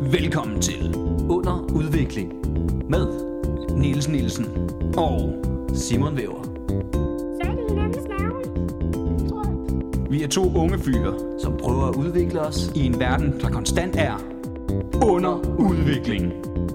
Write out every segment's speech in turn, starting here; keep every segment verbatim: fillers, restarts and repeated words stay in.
Velkommen til Under Udvikling med Niels Nielsen og Simon Væver. Så er det hinandens navn, tror jeg. Vi er to unge fyre, som prøver at udvikle os i en verden, der konstant er under udvikling.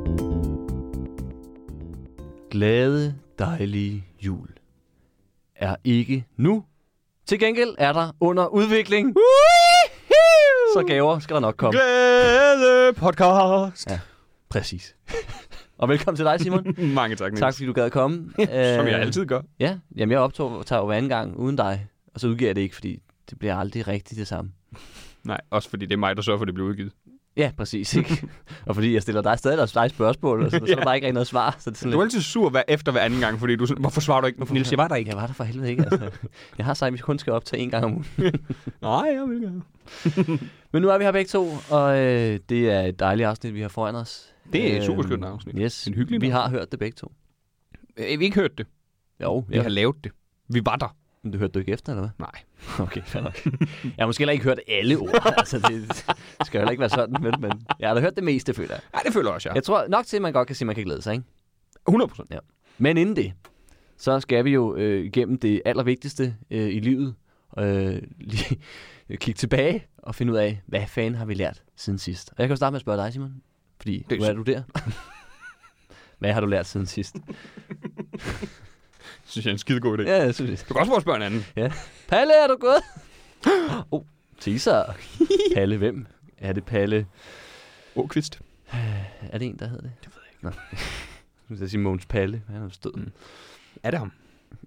Glade, dejlige jul er ikke nu. Til gengæld er der under udvikling. Så gaver skal der nok komme. Glæde podcast. Ja, præcis. Og velkommen til dig, Simon. Mange tak, Niels. Tak, fordi du gad at komme. Som jeg altid gør. Ja, jamen jeg optager tager jo hver anden gang uden dig. Og så udgiver jeg det ikke, fordi det bliver aldrig rigtigt det samme. Nej, også fordi det er mig, der sørger for, at det bliver udgivet. Ja, præcis. Ikke? Og fordi jeg stiller dig stadig dig spørgsmål, og så, så er der ikke rigtig noget svar. Så det er sådan du er lidt... altid sur hver, efter hver anden gang, fordi du sådan, hvorfor svarer du ikke? Hvorfor, Niels, jeg var der ikke. Jeg var der for helvede ikke. Altså. Jeg har sagt, at vi kun skal optage en gang om ugen. Nej, jeg vil gerne. Men nu er vi her begge to, og øh, det er et dejligt afsnit, vi har foran os. Det er et super skønt afsnit. Yes, en hyggelig vi afsnit. har hørt det begge to. Vi har ikke hørt det. Jo, Vi ja. har lavet det. Vi var der. Men du hørte du ikke efter, eller hvad? Nej. Okay, fair nok. Jeg har måske heller ikke hørt alle ord. Altså, det skal heller ikke være sådan, men, men jeg har da hørt det meste, føler jeg. Nej, det føler jeg også, ja. Jeg tror nok til, at man godt kan sige, at man kan glæde sig, ikke? hundrede procent. Ja. Men inden det, så skal vi jo øh, igennem det allervigtigste øh, i livet. Øh, lige kigge tilbage og finde ud af, hvad fanden har vi lært siden sidst. Og jeg kan jo starte med at spørge dig, Simon. Fordi, Det er hvor er du der? Hvad har du lært siden sidst? Synes jeg er en skidegod idé. Ja, jeg synes det. Du kan også prøve at spørge en anden. Ja. Palle, er du gået? oh, teaser. Palle, hvem? Er det Palle? Åkvist. Er det en, der hedder det? Det ved jeg ikke. Nå. Jeg skal sige Mogens Palle. Han er jo stød. Mm. Er det ham?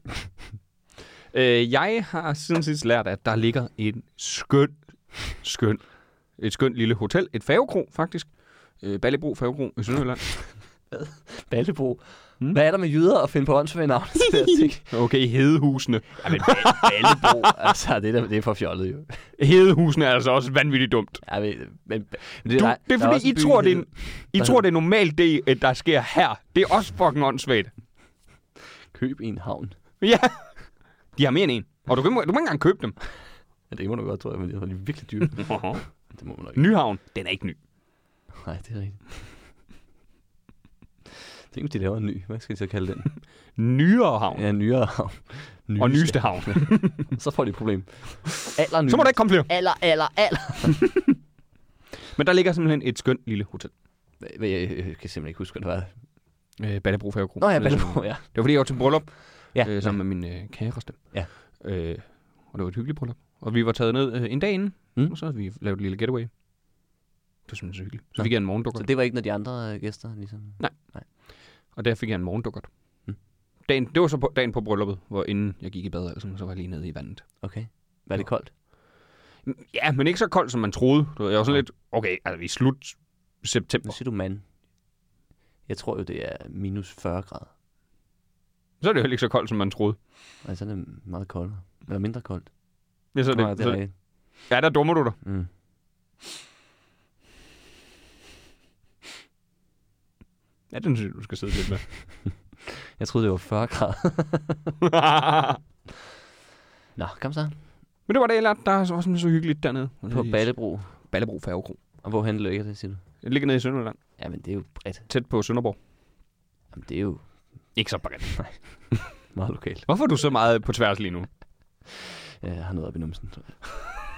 øh, jeg har siden sidst lært, at der ligger en skøn, skøn, et skønt lille hotel. Et færgekro, faktisk. Øh, Ballebro Færgekro i Sønderjylland. Ballebro. Hmm? Hvad er der med jyder at finde på åndsfærdige navn? Okay, Hedehusene. Ja, men Ballebro, altså det er, det er for fjollet jo. Hedehusene er altså også vanvittigt dumt. Ja, men, men, men det, Du, der, det er der fordi, I er tror, det er, en, I der tror, det er normalt det, at der sker her. Det er også fucking åndssvagt. Køb i en havn. Ja. De har mere end en. Og du, kan, du må ikke engang købe dem. Ja, det må du godt, tror jeg, men det er virkelig dyrt. Det må man nok ikke. Nyhavn, den er ikke ny. Nej, det er rigtigt. Tænk, hvis de laver en ny. Hvad skal de så kalde den? Nyere havn. Ja, nyere havn. Nyeste. Og nyeste havn. Så får de et problem. Aller ny. Så må der ikke komme flere. Aller, aller, aller. Men der ligger simpelthen et skønt lille hotel. Jeg, jeg, jeg kan simpelthen ikke huske, hvad det var. Øh, Ballebro Færgekro. Nå ja, Ballebro, ja. Det var fordi, jeg var til bryllup Ja. øh, sammen med min øh, kæreste. Ja. Øh, og det var et hyggeligt bryllup. Og vi var taget ned øh, en dag inden, Mm. og så havde vi lavet et lille getaway. Det var simpelthen så hyggeligt. Så Nå. fik jeg en morgendukker. Så det var ikke, når de andre øh, gæster ligesom... Nej. Nej. Og der fik jeg en morgendukkert. Mm. Dagen, det var så på, dagen på brylluppet, hvor inden jeg gik i bad, altså, så var jeg lige nede i vandet. Okay. Var det koldt? Ja, men ikke så koldt, som man troede. Du ved, Jeg var sådan lidt, okay, altså vi er slut september. Nu siger du mand. Jeg tror jo, det er minus fyrre grader. Så er det jo heller ikke så koldt, som man troede. Altså, det er meget koldere. Eller mindre koldt. Ja, så er det, Nå, ja, det så, er rigtigt. ja, der dummer du dig. Mm. Ja, den synes jeg, du skal sidde lidt med. Jeg troede, det var fyrre grader. Nå, kom så. Men det var det, jeg lærte. Der er også sådan så hyggeligt dernede. På Ballebro. Ballebro Færgekro. Og hvorhen ligger det, siger du? Det ligger nede i Sønderjylland. Jamen, det er jo bredt. Tæt på Sønderborg. Jamen, det er jo Ikke så bredt. meget lokalt. Hvorfor er du så meget på tværs lige nu? Jeg har noget op i numsen, tror jeg.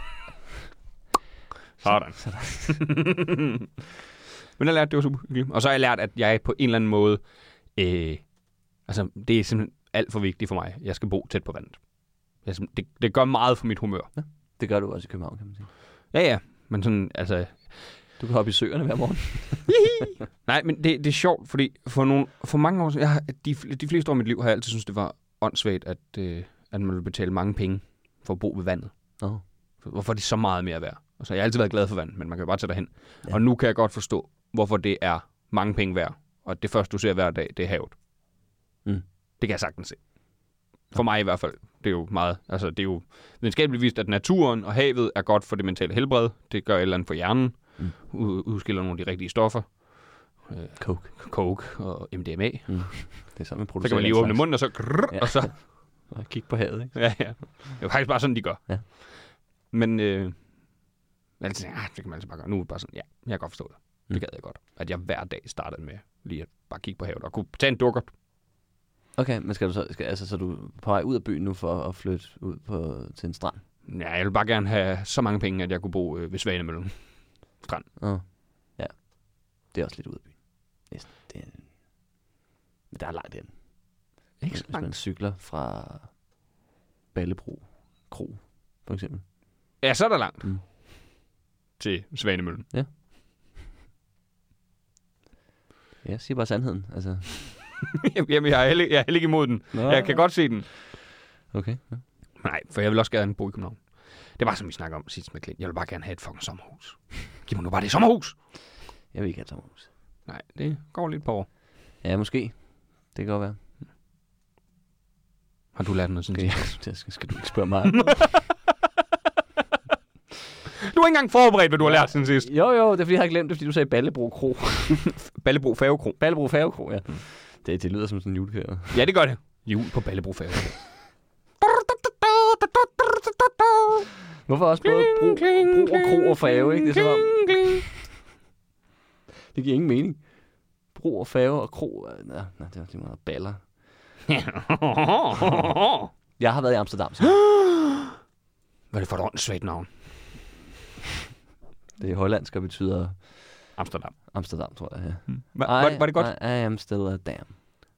Sådan. Men jeg lærte, det var super hyggeligt. Og så har jeg lært, at jeg på en eller anden måde... Øh, altså, det er simpelthen alt for vigtigt for mig. Jeg skal bo tæt på vandet. Jeg, det, det gør meget for mit humør. Ja, det gør du også i København, kan man sige. Ja, ja. Men sådan, altså... Du kan hoppe i søerne hver morgen. Nej, men det, det er sjovt, fordi for, nogle, for mange år siden... Jeg har, de, de fleste år i mit liv har jeg altid syntes, det var åndssvagt, at, øh, at man ville betale mange penge for at bo ved vandet. Oh. Hvorfor er det så meget mere værd? Altså, jeg har altid været glad for vand, men man kan jo bare tage derhen. Ja. Og nu kan jeg godt forstå, hvorfor det er mange penge værd. Og det første, du ser hver dag, det er havet. Mm. Det kan jeg sagtens se. For mig i hvert fald. Det er jo meget... Altså, det er jo videnskabeligt vist, at naturen og havet er godt for det mentale helbred. Det gør et eller andet for hjernen. Mm. Udskiller nogle af de rigtige stoffer. Øh, Coke. Coke og M D M A. Mm. Det er sådan, man producerer. Så kan man lige åbne munden, og så... Grrr, ja. Og så... Og kigge på havet, ikke? Ja, ja. Det er jo faktisk bare sådan, de gør. Ja. Men... Øh, altså, ja, det kan man altså bare gøre. Nu er det bare sådan, ja, jeg kan godt forstå det. Mm. Det gad jeg godt. At jeg hver dag startede med lige at bare kigge på havet og kunne tage en dukkert. Okay, men skal du så, skal, altså, så er du på vej ud af byen nu for at flytte ud på, til en strand? Ja, jeg vil bare gerne have så mange penge, at jeg kunne bo øh, ved Svanemøllen strand. Oh. Ja, det er også lidt ud af byen. Næsten. Det er, men der er langt ind. Ikke så Hvis man langt. cykler fra Ballebro Kro, for eksempel. Ja, så er der langt. Mm. Til Svanemøllen. Ja, jeg siger bare sandheden. Altså. Jamen, jeg er, heller, jeg er heller ikke imod den. Nå. Jeg kan godt se den. Okay. Ja. Nej, for jeg vil også gerne bo i København. Det var som vi snakker om sidst med Klint. Jeg vil bare gerne have et fucking sommerhus. Giv mig nu bare det sommerhus. Jeg vil ikke have et sommerhus. Nej, det går lidt på år. Ja, måske. Det kan godt være. Har du lært noget sådan? Okay, det skal, skal du ikke spørge mig. Du har ikke engang forberedt, hvad du har lært siden sidst. Jo, jo, det er fordi, jeg har glemt det, fordi du sagde Ballebro Kro. Ballebro Færgekro. Ballebro Færgekro, ja. Det, det lyder som sådan en julekalender. Ja, det gør det. Jul på Ballebro Færgekro. Hvorfor også både bro, bro og kro og færge, ikke? Det er som om, det giver ingen mening. Bro og færge og kro. Nej, nej, det er lige meget baller. Jeg har været i Amsterdam. Så. Hvad er det for et åndssvagt navn? Det er hollandsk og betyder Amsterdam. Amsterdam, tror jeg. Ja. Hmm. Var, var, var det godt? I, I am still a damn.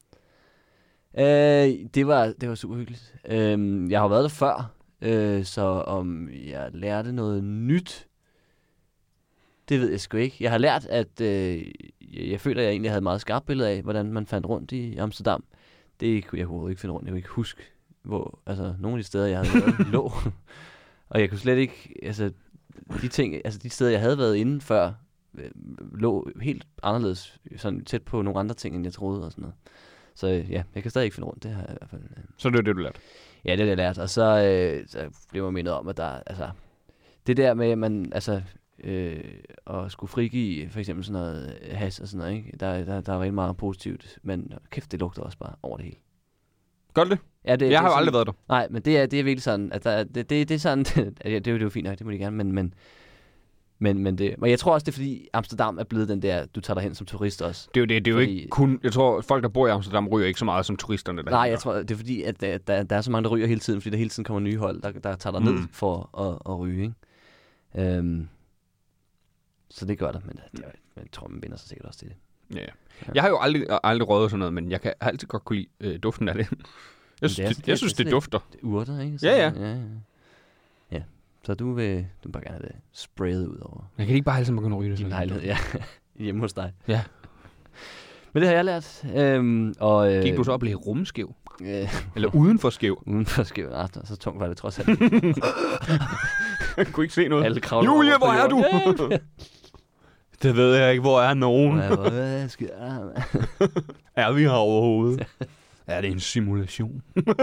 Øh, det, var, det var super hyggeligt. Øh, jeg har været der før, øh, så om jeg lærte noget nyt, det ved jeg sgu ikke. Jeg har lært, at øh, jeg, jeg føler, at jeg egentlig havde et meget skarpt billede af, hvordan man fandt rundt i Amsterdam. Det kunne jeg overhovedet ikke finde rundt. Jeg kunne ikke huske, hvor altså, nogle af de steder, jeg havde været, lå. Og jeg kunne slet ikke, altså de ting, altså de steder, jeg havde været inde før, øh, lå helt anderledes, sådan tæt på nogle andre ting, end jeg troede og sådan noget. Så øh, ja, jeg kan stadig ikke finde rundt, det har jeg i hvert fald. Øh. Så det er det, du lærte? Ja, det er det, jeg lærte. Og så, øh, så blev jeg mindet om, at der, altså, det der med, at man, altså, øh, at skulle frigive for eksempel sådan noget has og sådan noget, ikke? Der, der, der er rigtig meget positivt, men kæft, det lugter også bare over det hele. Gør det? Ja, det, jeg det har jo sådan, aldrig været der. Nej, men det er, det er virkelig sådan, at der, det, det, det er sådan, det, det, er jo, det er jo fint nok, det må de gerne, men, men, men, men det, men jeg tror også, det er fordi Amsterdam er blevet den der, du tager dig hen som turist også. Det er jo, det, det er jo fordi, ikke kun, jeg tror, folk, der bor i Amsterdam, ryger ikke så meget som turisterne. Der nej, jeg tror, det er fordi, at der, der, der er så mange, der ryger hele tiden, fordi der hele tiden kommer nye hold, der, der tager dig ned Mm. for at, at ryge, ikke? Øhm, så det gør der, men det, jeg, jeg tror, man binder sig sikkert også til det. Ja. Jeg har jo aldrig, aldrig røget sådan noget, men jeg kan altid godt kunne lide øh, duften af det. Jeg synes, det er- det, det- jeg synes, det er det dufter. Det er urter, ikke? Ja, ja. ja, ja. Ja, så du vil, du vil bare gerne have det sprayet ud over Jeg kan ikke bare altid begynde at ryge det. din sådan. lejlighed, ja. Hjemme hos dig. Ja. Men det har jeg lært. Øhm, og, øh, Gik du så op og blev rumskæv? Øh, Eller uden for skæv? uden for skæv. Ah, så tungt var det trods alt. Jeg kunne ikke se noget. Alle kravler Julie, over på hvor er jorden. du? Det ved jeg ikke. Hvor er nogen? Ja, hvad sker der, mand? Er vi her overhovedet? Er det en simulation?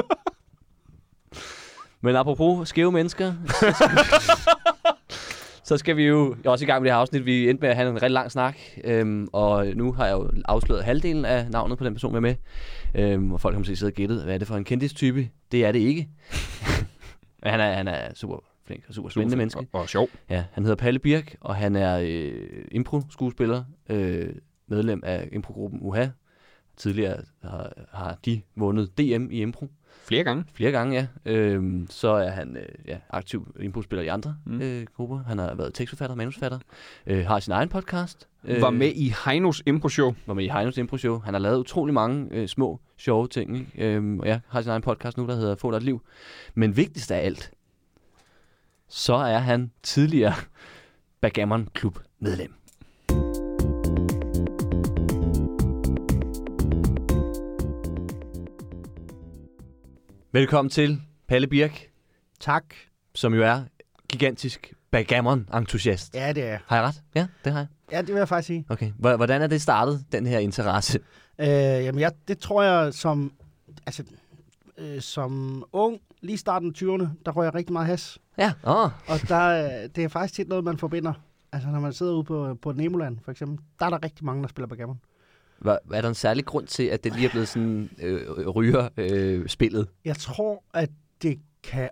Men apropos skæve mennesker, så skal, så skal vi jo også i gang med det her afsnit. Vi endte med at have en rigtig lang snak, øhm, og nu har jeg jo afsløret halvdelen af navnet på den person, vi er med. Øhm, og folk har måske siddet og gættet, hvad er det for en kendistype? Det er det ikke. Men han er, han er super flink og super spændende menneske. Og, og sjov. Ja, han hedder Palle Birk, og han er øh, impro-skuespiller, øh, medlem af improgruppen U H A. Tidligere har, har de vundet D M i impro. Flere gange. Flere gange, ja. Øhm, så er han øh, ja, aktiv impro-spiller i andre Mm. øh, grupper. Han har været tekstforfatter, manusforfatter. Øh, har sin egen podcast. Øh, Var med i Heinos Impro-show. Var med i Heinos Impro-show. Han har lavet utrolig mange øh, små, sjove ting. Ikke? Øhm, og ja, har sin egen podcast nu, der hedder Få dig et liv. Men vigtigst af alt, så er han tidligere Backgammon Klub medlem. Velkommen til Palle Birk, Tak. som jo er gigantisk backgammon-entusiast. Ja, det er. Har jeg ret? Ja, det har jeg. Ja, det vil jeg faktisk sige. Okay. H- Hvordan er det startet, den her interesse? Øh, jamen, jeg, det tror jeg som, altså, øh, som ung, lige i starten af tyverne, der røg jeg rigtig meget has. Ja, åh. Og der, øh, det er faktisk tit noget, man forbinder. Altså, når man sidder ude på, på Nemoland, for eksempel, der er der rigtig mange, der spiller backgammon. Hva- Er der en særlig grund til, at det lige er blevet sådan øh, ryger-spillet? Jeg tror, at det kan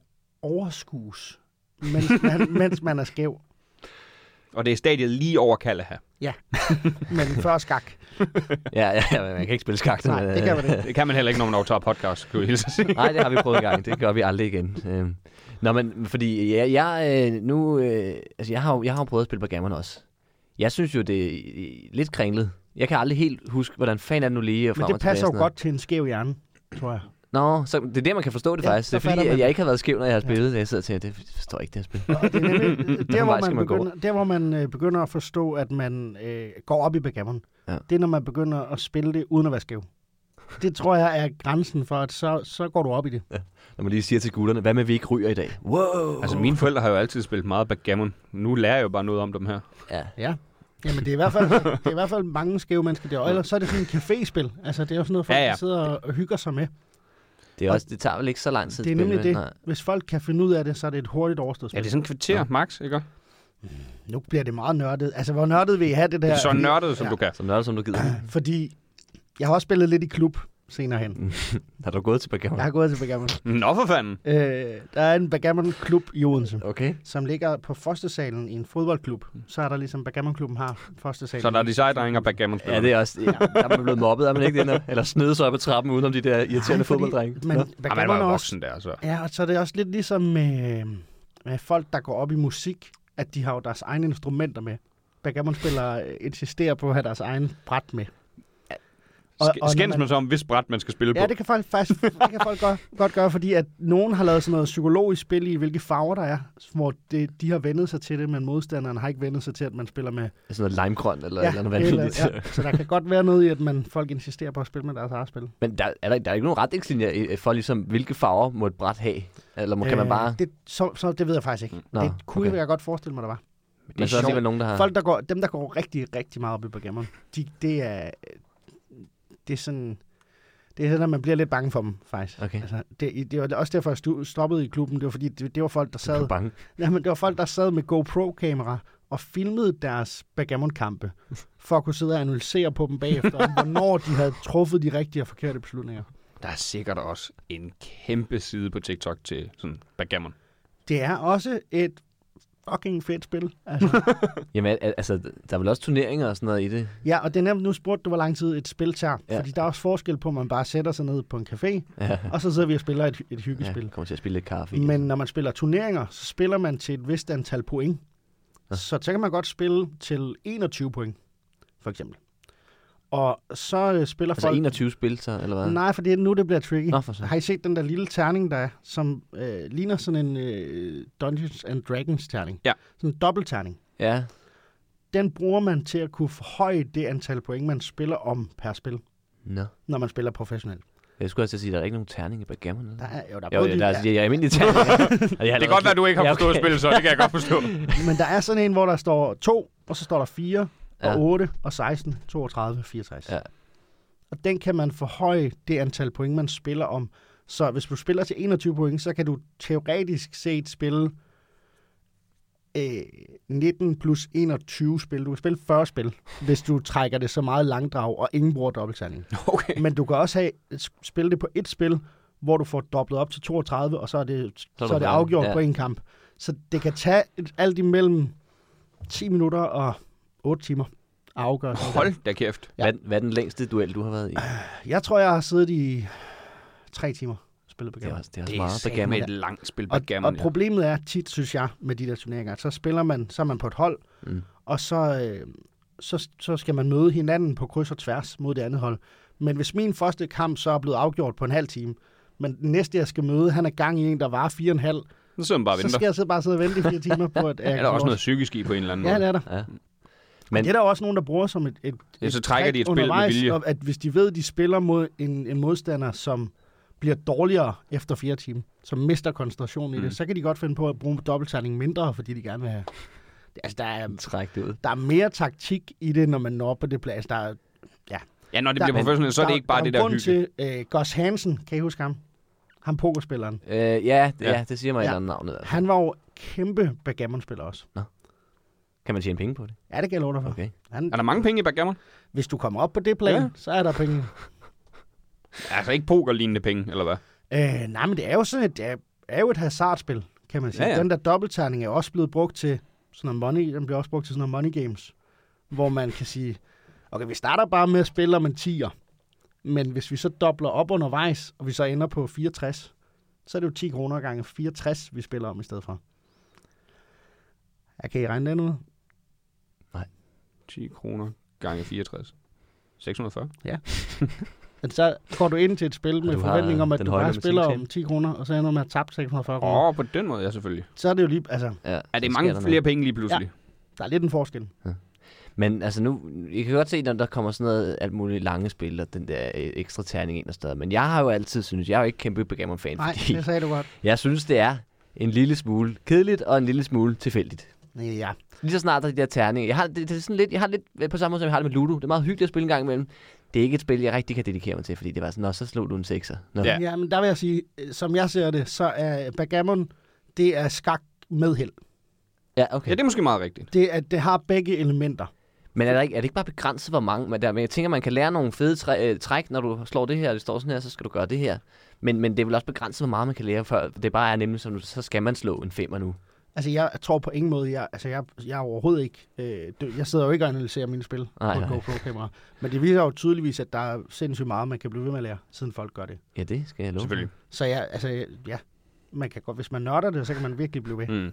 overskues, mens man, mens man er skæv. Og det er stadiet lige over Kalleha. Men før skak. Ja, ja, ja, man kan ikke spille skak. Nej, det kan man ikke. Det kan man heller ikke, når man overtager podcast, kan jeg hilse at sige. Nej, det har vi prøvet en gang. Det gør vi aldrig igen. Øhm. Nå, men fordi jeg, jeg øh, nu... Øh, altså, jeg har, jo- jeg har jo prøvet at spille backgammon også. Jeg synes jo, det er øh, lidt kringlet. Jeg kan aldrig helt huske, hvordan fanden er det nu lige og frem Men og det passer tilbage, jo godt til en skæv hjerne, tror jeg. Nå, så det er der, man kan forstå det Ja, faktisk. Det er så fatter fordi, man at jeg det. ikke har været skæv, når jeg har spillet. Ja. Jeg sidder og tænker, det forstår jeg ikke, det her spil. Og det er nemlig der, hvor vej skal man man gå? begynder, der, hvor man øh, begynder at forstå, at man øh, går op i backgammon. Ja. Det er, når man begynder at spille det, uden at være skæv. Det tror jeg er grænsen for, at så, så går du op i det. Når man lige siger til gutterne, hvad med, vi ikke ryger i dag? Wow! Altså, mine forældre har jo altid spillet meget backgammon. Nu lærer jeg jo bare noget om dem her. Ja. Ja. Jamen, det er, i hvert fald, det er i hvert fald mange skæve mennesker der. Og ellers så er det sådan en caféspil. Altså, det er jo sådan noget, folk Ja, ja. der sidder og hygger sig med. Det, er også, det tager vel ikke så lang tid Det er at spille nemlig med. det. Hvis folk kan finde ud af det, så er det et hurtigt overstået Ja, spil. det er sådan en kvarter, Ja. max, ikke? Nu bliver det meget nørdet. Altså, hvor nørdet vil I have det der? Det er så nørdet, som Ja. du kan. Så nørdet, som du gider. Fordi jeg har også spillet lidt i klub senere hen. Har du gået til backgammon? Jeg har gået til backgammon. Nå for fanden. Øh, der er en backgammon-klub i Odense, Okay. som ligger på Førstesalen i en fodboldklub. Så er der ligesom backgammon-klubben har Førstesalen. Så der er de sejdrenge og backgammon Ja, det er også... Ja, der er man blevet mobbet, er man ikke det? Eller, eller snede sig op ad trappen udenom de der irriterende fodbolddrenge. Men Nå. Ja, man backgammon var er jo også... voksen der, så. Ja, og så er det også lidt ligesom med, med folk, der går op i musik, at de har jo deres egne instrumenter med. Backgammon-spillere insisterer på at have deres egen bræt med. Og- og når Skændes man- man så om, hvis bræt man skal spille på? Ja, det kan folk faktisk det kan folk godt, godt gøre, fordi at nogen har lavet sådan noget psykologisk spil i, hvilke farver der er, hvor det, de har vendet sig til det, men modstanderen har ikke vendet sig til, at man spiller med... Sådan noget limegrønt eller Ja, ja, eller noget eller, vanvittigt. ja. Så der kan godt være noget i, at man, folk insisterer på at spille med deres eget spil. Men der er, der, der er ikke nogen retningslinjer i- for, ligesom, hvilke farver må et bræt have? Eller må, kan man bare... Det, så, så, det ved jeg faktisk ikke. Nå, det kunne okay. jeg godt forestille mig, der var. Men så er der alligevel nogen, der har... Folk, der går, dem, der går rigtig, rigtig meget op i backgammon, de, det er... Det er sådan... Det er sådan, at man bliver lidt bange for dem, faktisk. Okay. Altså, det, det var også derfor, jeg stu- stoppede i klubben. Det var fordi, det, det var folk, der Jeg er sad... bange. Jamen, det var folk, der sad med GoPro-kamera og filmede deres backgammon-kampe, for at kunne sidde og analysere på dem bagefter, om hvornår de havde truffet de rigtige og forkerte beslutninger. Der er sikkert også en kæmpe side på TikTok til sådan backgammon. Det er også et fucking fedt spil. Altså. Jamen, al- altså, der er vel også turneringer og sådan noget i det? Ja, og det er nemt, nu spurgte du, hvor lang tid et spil tager. Ja. Ja. Fordi der er også forskel på, at man bare sætter sig ned på en café, Ja. og så sidder vi og spiller et, et Ja, hyggespil. kommer til at spille lidt kaffe. Men når man spiller turneringer, så spiller man til et vist antal point. Ja. Så så kan man godt spille til enogtyve point, for eksempel. Og så øh, spiller Altså folk... enogtyve spil, så, eller hvad? Nej, for det er nu, det bliver tricky. Nå, for så. Har I set den der lille terning, der er, som øh, ligner sådan en øh, Dungeons and Dragons terning? Ja. Sådan en dobbeltterning. Ja. Den bruger man til at kunne forhøje det antal point, man spiller om per spil, Nå. når man spiller professionelt. Jeg skulle også til at sige, at der er ikke nogen terning i backgammon. Eller? Der er, jo, der er Jo, både ja, de- der er, jeg er almindelig terning. Det kan godt være, at du ikke har forstået spillet, så det kan jeg godt forstå. Men der er sådan en, hvor der står to, og så står der fire, og Ja. otte, og seksten, toogtredive, fireogtres. Ja. Og den kan man forhøje det antal point, man spiller om. Så hvis du spiller til enogtyve point, så kan du teoretisk set spille øh, nitten plus enogtyve spil. Du kan spille fyrre spil, hvis du trækker det så meget langdrag, og ingen bruger dobbeltterning. Okay. Men du kan også have, spille det på et spil, hvor du får dobblet op til toogtredive, og så er det, så Så er så er du det færdig. afgjort Ja. ja. på en kamp. Så det kan tage et- alt imellem ti minutter og otte timer at afgøre. sådan Hold noget. da kæft. Ja. Hvad, hvad er den længste duel, du har været i? Jeg tror, jeg har siddet i tre timer og spillet Det er backgammon. også, det er også Det er meget satme backgammon. et langt spil Og, backgammon, og ja. problemet er tit, synes jeg, med de der turneringer, at så spiller man, så er man på et hold, Mm. og så, øh, så, så skal man møde hinanden på kryds og tværs mod det andet hold. Men hvis min første kamp så er blevet afgjort på en halv time, men den næste, jeg skal møde, han er gang i en, der var fire og en halv, Så sidder man bare og så venter. skal jeg så bare sidde og vente i fire timer på, at jeg Er kan der også slå noget os. psykisk i på en eller anden Ja, måde? det er der. Ja. Men Men det er der også nogen, der bruger som et, et, Ja, et så trækker de et trick spil med undervejs, vilje. og at hvis de ved, at de spiller mod en, en modstander, som bliver dårligere efter fire timer, som mister koncentrationen i Mm. det, så kan de godt finde på at bruge dobbeltterning mindre, fordi de gerne vil have... Altså, der er, Træk det ud. der er mere taktik i det, når man når op på det plads. Der er, Ja, når det Der- bliver professionelt, så er det der, ikke bare der det er der grund hygge. til uh, Gus Hansen, kan I huske ham? Ham pokerspilleren. Øh, ja, det, ja. Ja. det siger mig et Ja. eller andet navn. Altså. Han var jo kæmpe backgammon-spiller også. Kan man tjene penge på det? Ja, det kan jeg love dig for. Okay. Han, Er der mange penge i backgammon? hvis du kommer op på det plan, Ja. ja. så er der penge. Altså ikke pokerlignende penge, eller hvad? Øh, nej, men det er jo sådan et, det er, er jo et hasardspil, kan man sige. Ja, Ja, ja. ja. Den der dobbeltterning er også blevet brugt til sådan noget money, den bliver også brugt til sådan noget money games, hvor man kan sige, okay, vi starter bare med at spille om en tier, men hvis vi så dobler op undervejs, og vi så ender på fireogtres, så er det jo ti kroner gange fireogtres, vi spiller om i stedet for. Jeg kan I regne den ud? ti kroner gange fireogtres. seks hundrede og fyrre. Men så går du ind til et spil med du har forventning om, at den du høje bare spiller matematik. om ti kroner, og så ender du med at tabe seks hundrede og fyrre Åh, kroner. oh, på den måde, ja, selvfølgelig. Så er det jo lige, altså, Ja, Er det så mange sker der flere noget. penge lige pludselig? der er lidt en forskel. Men altså nu, I kan godt se, når der kommer sådan noget alt muligt lange spil, og den der øh, ekstra terning ind og steder. Men jeg har jo altid synes, jeg er jo ikke kæmpe Backgammon-fan, Nej, fordi det sagde du godt. jeg synes, det er en lille smule kedeligt og en lille smule tilfældigt. Ja, Lige så snart der er de der terninger. Jeg har det, det er sådan lidt, jeg har lidt på samme måde, som jeg har det med Ludo. Det er meget hyggeligt at spille en gang imellem. Det er ikke et spil, jeg rigtig kan dedikere mig til, fordi det var sådan, nå, så slog du en sekser. Nå. Ja. ja, men der vil jeg sige, øh, som jeg ser det, så er backgammon, det er skak med held. Ja, okay. Ja, det er måske meget rigtigt. Det, er, det har begge elementer. Men er, der ikke, er det ikke bare begrænset, hvor mange? Men, der, men jeg tænker, man kan lære nogle fede træ, øh, træk, når du slår det her, og det står sådan her, så skal du gøre det her. Men, men det er vel også begrænset, hvor meget man kan lære, før det bare er nemlig, som, så skal man slå en femmer nu. Altså, jeg tror på ingen måde, jeg, altså, jeg, jeg er overhovedet ikke... Øh, det- jeg sidder jo ikke og analyserer mine spil Nej, på et nej. GoPro-kamera. Men det viser jo tydeligvis, at der er sindssygt meget, man kan blive ved med at lære, siden folk gør det. Ja, det skal jeg love. Selvfølgelig. Så jeg, altså, ja, man kan godt, hvis man nørder det, så kan man virkelig blive ved. Mm.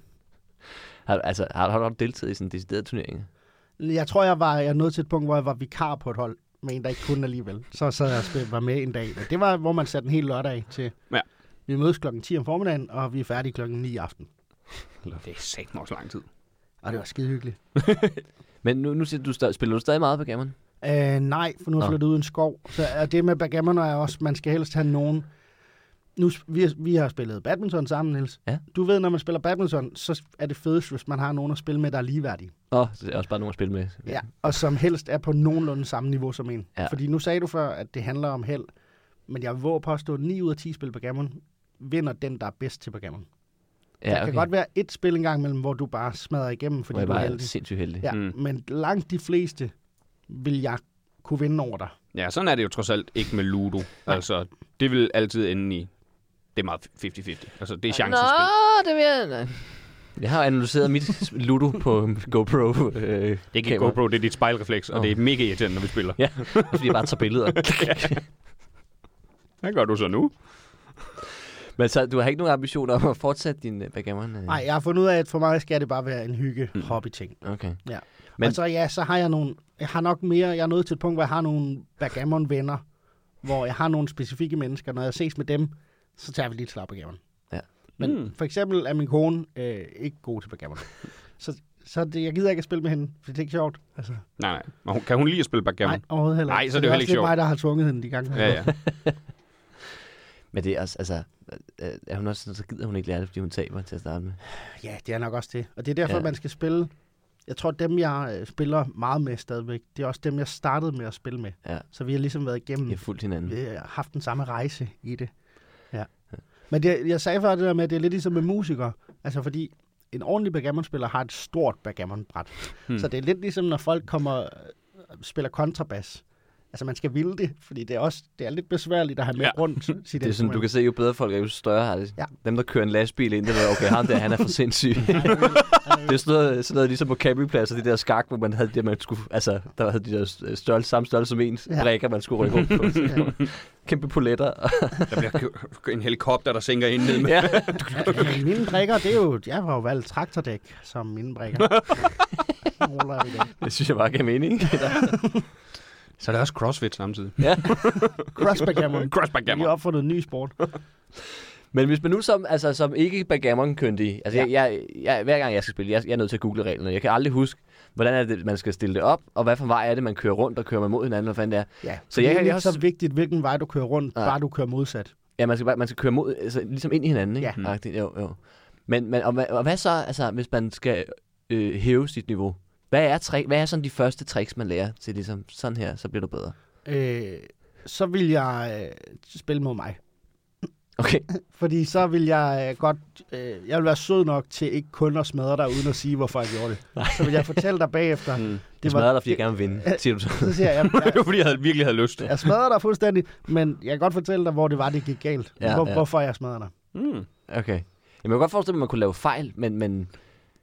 Har, altså, har, har du deltaget i sådan en decideret turnering? Jeg tror, jeg var jeg er nået til et punkt, hvor jeg var vikar på et hold, med en, der ikke kunne alligevel. Så sad jeg og spil, var med en dag. Og det var, hvor man satte en hel lørdag af til. Ja. Vi mødes klokken ti om formiddagen, og vi er færdige klokken ni i aften. Det er satme også lang tid. Og det var skide hyggeligt. Men nu, nu siger du, stadig, spiller du stadig meget på Backgammon? Øh, nej, for nu er jeg Nå. flyttet ud i en skov. Så er det med backgammon er også, man skal helst have nogen... Nu, sp- vi, har, vi har spillet badminton sammen, Niels. Ja. Du ved, når man spiller badminton, så er det fedest, hvis man har nogen at spille med, der er ligeværdige. Åh, oh, så det er også bare nogen at spille med. Ja. Og som helst er på nogenlunde samme niveau som en. Ja. Fordi nu sagde du før, at det handler om held. Men jeg våger påstå, at ni ud af ti spil backgammon vinder den, der er bedst til backgammon. Ja, Der okay. kan godt være et spil engang imellem, hvor du bare smadrer igennem, fordi Hvor jeg du er bare er heldig. sindssygt heldig. Ja, Mm. men langt de fleste vil jeg kunne vinde over dig. Ja, sådan er det jo trods alt ikke med Ludo. Altså, det vil altid ende i... Det er meget halvtreds halvtreds. Altså, det er chancespil. Nå, det vil jeg... nej. Jeg har analyseret mit Ludo på GoPro. Øh, Det er ikke kamera. GoPro, det er dit spejlrefleks, og Åh. det er mega irriterende, når vi spiller. Ja, fordi jeg bare tager billeder. Hvad gør du så nu? Men så, du har ikke nogen ambitioner om at fortsætte din uh, Backgammon? Uh... Nej, jeg har fundet ud af, at for mig skal det bare være en hygge Mm. hobby-ting. Okay. Ja. Men- Men... Og så ja, så har jeg nogle... Jeg har nok mere... Jeg er nået til et punkt, hvor jeg har nogle backgammon-venner, hvor jeg har nogle specifikke mennesker. Når jeg ses med dem, så tager vi lige et slag backgammon. Ja. Men Mm. for eksempel er min kone øh, ikke god til backgammon. så så det, jeg gider ikke at spille med hende, for det er ikke sjovt. Altså, Nej, nej. Men hun- Kan hun lide at spille backgammon? nej, overhovedet heller Nej, ikke. så er det jo er heller også ikke sjovt. mig, der har tvunget hende de gange. Ja, ja. Men det er også, altså... øh, Er hun også, så gider hun ikke lære det, fordi hun taber til at starte med. Ja, det er nok også det. Og det er derfor, Ja. ja. man skal spille... Jeg tror, dem, jeg øh, spiller meget med stadigvæk, det er også dem, jeg startede med at spille med. Ja. Så vi har ligesom været igennem... De har fulgt hinanden. Vi har haft den samme rejse i det. Ja. Men det, jeg sagde før det der med, at det er lidt ligesom med musikere. Altså fordi en ordentlig backgammon-spiller har et stort backgammon-bræt. Hmm. Så det er lidt ligesom, når folk kommer og spiller kontrabas. Altså man skal ville det, fordi det er også det er lidt besværligt at have med Ja. ja. rundt. Det er sådan, du kan se, jo bedre folk er, jo større har det. Ja. Dem, der kører en lastbil ind, det er, okay, ham der, han er for sindssyg. Det er sådan noget, sådan noget ligesom på campingpladser, de der skak, hvor man havde det, man skulle, altså, der havde de der størrelse, samme størrelse som ens Ja. brækker, man skulle rykke rundt på. Kæmpe poletter. Der bliver kø- en helikopter, der sænker ind ned med. Ja. Ja, mine brækker, det er jo, jeg har jo valgt traktordæk som mine brækker. Ruller jeg i dag. Det synes jeg bare gav mening. Så er det også CrossFit samtidig. Ja. Cross backgammon. Cross Vi backgammon. har opfundet en ny sport. Men hvis man nu som, altså, som ikke backgammon-kyndig, altså Ja. jeg, jeg, jeg, hver gang jeg skal spille, jeg, jeg er nødt til at google reglerne. Jeg kan aldrig huske, hvordan er det, man skal stille det op, og hvad for vej er det, man kører rundt, og kører man mod hinanden, hvad fanden det er. Ja, Så så jeg det er kan ikke også- så vigtigt, hvilken vej du kører rundt, Nej. bare du kører modsat. Ja, man skal, bare- man skal køre mod, altså, ligesom ind i hinanden, ikke? Ja. Agtigt, jo, jo. Men, men og, hvad- og hvad så, altså, hvis man skal øh, hæve sit niveau? Hvad er, tri- hvad er sådan de første tricks, man lærer til ligesom sådan her, så bliver du bedre? Øh, så vil jeg øh, spille mod mig. Okay. Fordi så vil jeg øh, godt, øh, jeg vil være sød nok til ikke kun at smadre dig, uden at sige, hvorfor jeg gjorde det. Så vil jeg fortælle dig bagefter. Mm. Det jeg smadrer dig, fordi jeg gerne vil vinde, siger du så. Så siger jeg, jeg, Det var fordi, jeg havde, virkelig havde lyst. jeg smadrer dig fuldstændig, men jeg kan godt fortælle dig, hvor det var, det gik galt. Ja, Hvor, ja. Hvorfor jeg smadrer dig. Mm. Okay. Jamen, jeg kan godt forestille mig, at man kunne lave fejl, men, men,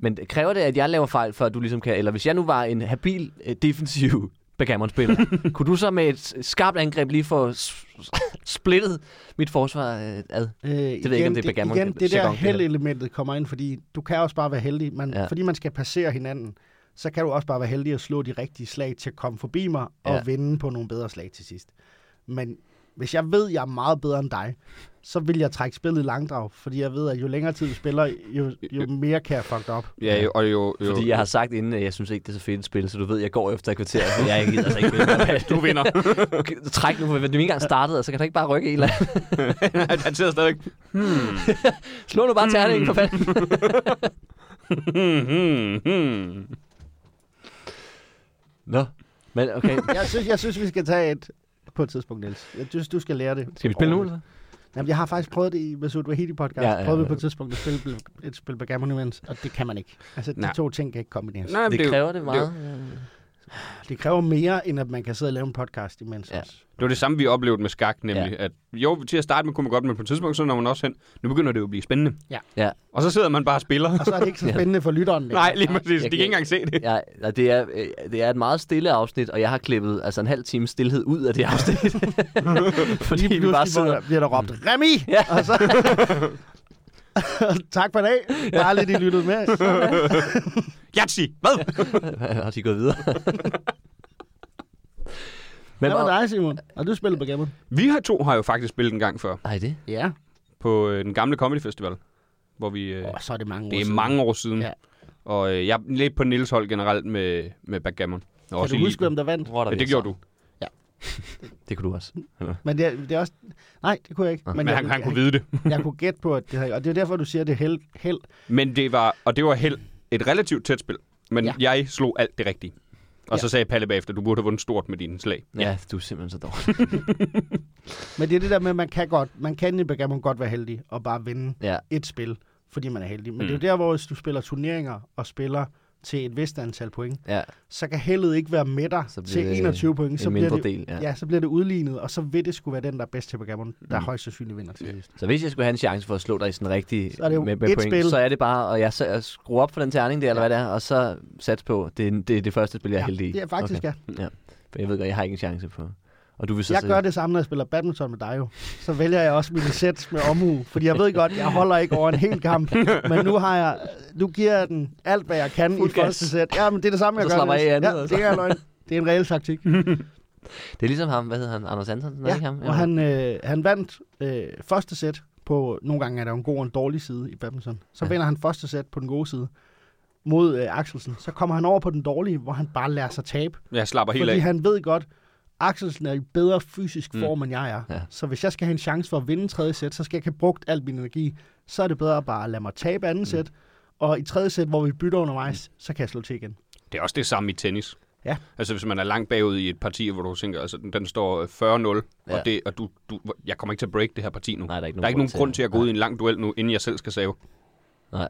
Men kræver det, at jeg laver fejl, før du ligesom kan... Eller hvis jeg nu var en habil øh, defensiv backgammon-spiller, kunne du så med et skarpt angreb lige få s- splittet mit forsvar øh, ad? Øh, Det ved jeg ikke, om det er backgammon. Igen, det der jargon, det her. held-elementet kommer ind, fordi du kan også bare være heldig. Man, Ja. Fordi man skal passere hinanden, så kan du også bare være heldig at slå de rigtige slag til at komme forbi mig og Ja. vinde på nogle bedre slag til sidst. Men hvis jeg ved, at jeg er meget bedre end dig, så vil jeg trække spillet i langdrag, fordi jeg ved, at jo længere tid vi spiller, jo, jo mere kan jeg fuck op. Ja, jo, og jo, jo, Fordi jeg har sagt inden, at jeg synes ikke, det er så fedt et spil, så du ved, jeg går efter et kvarter. Så jeg gider altså ikke vinde. du vinder. Okay, træk nu, for du er ikke engang startet, og så kan du ikke bare rykke en eller anden. Han sidder stadig. Hmm. Slå nu bare terningen, for fanden. hmm, hmm, hmm. Nå, men okay. Jeg synes, jeg synes, vi skal tage et på et tidspunkt, Niels. Jeg synes, du skal lære det. Skal vi spille nu, eller? Jamen, jeg har faktisk prøvet det i Masud Wahidi podcast. Ja, Ja, ja, ja, prøvede vi ja. på et tidspunkt at spille et spil backgammon imens, og det kan man ikke. Altså, de Nej. to ting kan ikke kombineres. Nej, men Det er jo- kræver det meget. Det kræver mere, end at man kan sidde og lave en podcast imens Ja. også. Det var det samme, vi oplevede med skak, nemlig Ja. at jo, til at starte med kunne man godt, men på et tidspunkt, så når man også hen, nu begynder det jo at blive spændende. Ja. Og så sidder man bare og spiller. Og så er det ikke så spændende for lytteren. længere. Nej, lige præcis. De Jeg kan kan- ikke engang se det. Ja, ja, det, er, øh, det er et meget stille afsnit, og jeg har klippet altså en halv time stillhed ud af det afsnit. Fordi Lige vi bare pludselig sidder... bliver der råbt, Remi! Ja. Og så... tak for i dag. Bare lidt, I lyttede med. Yatsi! Hvad? Og de er gået videre. Men, Hvad var dig, Simon? Har du spillet backgammon? Vi her to har jo faktisk spillet en gang før Ej, det? Ja. på øh, den gamle Comedy Festival, hvor vi... Øh, Åh, så er det mange år det er siden. mange år siden. Ja. Og øh, jeg er lidt på Niels hold generelt med, med backgammon. Og Kan du huske, hvem der vandt? Rotter Ja, vi det os gjorde sammen. du. Det kunne du også. Men det er, det er også... Nej, det kunne jeg ikke. Men jeg, han, han jeg, kunne vide det. jeg kunne gætte på, at det her... Og det er derfor, du siger, at det er held. held. Men det var, og det var held, et relativt tæt spil. Men Ja. ja. jeg slog alt det rigtige. Og Ja. så sagde Palle bagefter, du burde have vundet stort med dine slag. Ja, du er simpelthen så dårlig. Men det er det der med, at man kan godt... Man kan i backgammon godt være heldig og bare vinde Ja, et spil, fordi man er heldig. Men Mm. det er jo der, hvor hvis du spiller turneringer og spiller til et vist antal point, ja. så kan heldet ikke være med dig Så bliver til det enogtyve point. Så En bliver, mindre det, del, ja. ja, så bliver det udlignet, og så vil det skulle være den, der er bedst til backgammon, der Mm. højst sandsynligt vinder til sidst. Så hvis jeg skulle have en chance for at slå dig i sådan rigtig Så er det jo med, med et point, spil. så er det bare at jeg, så, at skrue op for den terning der, eller Ja. hvad det er, og så sats på, det er det, er det første spil, jeg er Ja, heldig i. det er faktisk, okay. ja. Ja. For jeg ved godt, jeg har ikke en chance på. Og du vil så Jeg se- gør det samme, når jeg spiller badminton med dig jo. Så vælger jeg også mine sæt med omhu, fordi jeg ved godt, jeg holder ikke over en hel kamp. Men nu har jeg, nu giver jeg den alt, hvad jeg kan Fuld i første gas. sæt. Ja, men det er det samme, jeg Så gør. slapper af i andet, ja, altså. det er løgn. Det er en reel taktik. Det er ligesom ham, hvad hedder han, Anders Antonsen, er Ja, ikke ham? og han, øh, han vandt øh, første sæt på, nogle gange er der jo en god og en dårlig side i badminton. Så Ja. ja. vinder han første sæt på den gode side mod øh, Axelsen. Så kommer han over på den dårlige, hvor han bare lader sig tabe. Jeg slapper helt Fordi af. han ved godt, Axelsen er i bedre fysisk Mm. form, end jeg er. Ja. Så hvis jeg skal have en chance for at vinde tredje sæt, så skal jeg ikke have brugt al min energi. Så er det bedre at bare lade mig tabe anden Mm. sæt. Og i tredje sæt, hvor vi bytter undervejs, så kan jeg slå til igen. Det er også det samme i tennis. Ja. Altså hvis man er langt bagud i et parti, hvor du tænker, altså den, den står fyrre nul, Ja. og, det, og du, du, jeg kommer ikke til at break det her parti nu. Nej, der er ikke nogen, Der er ikke nogen grund til at gå ud i en lang duel nu, inden jeg selv skal save. Nej.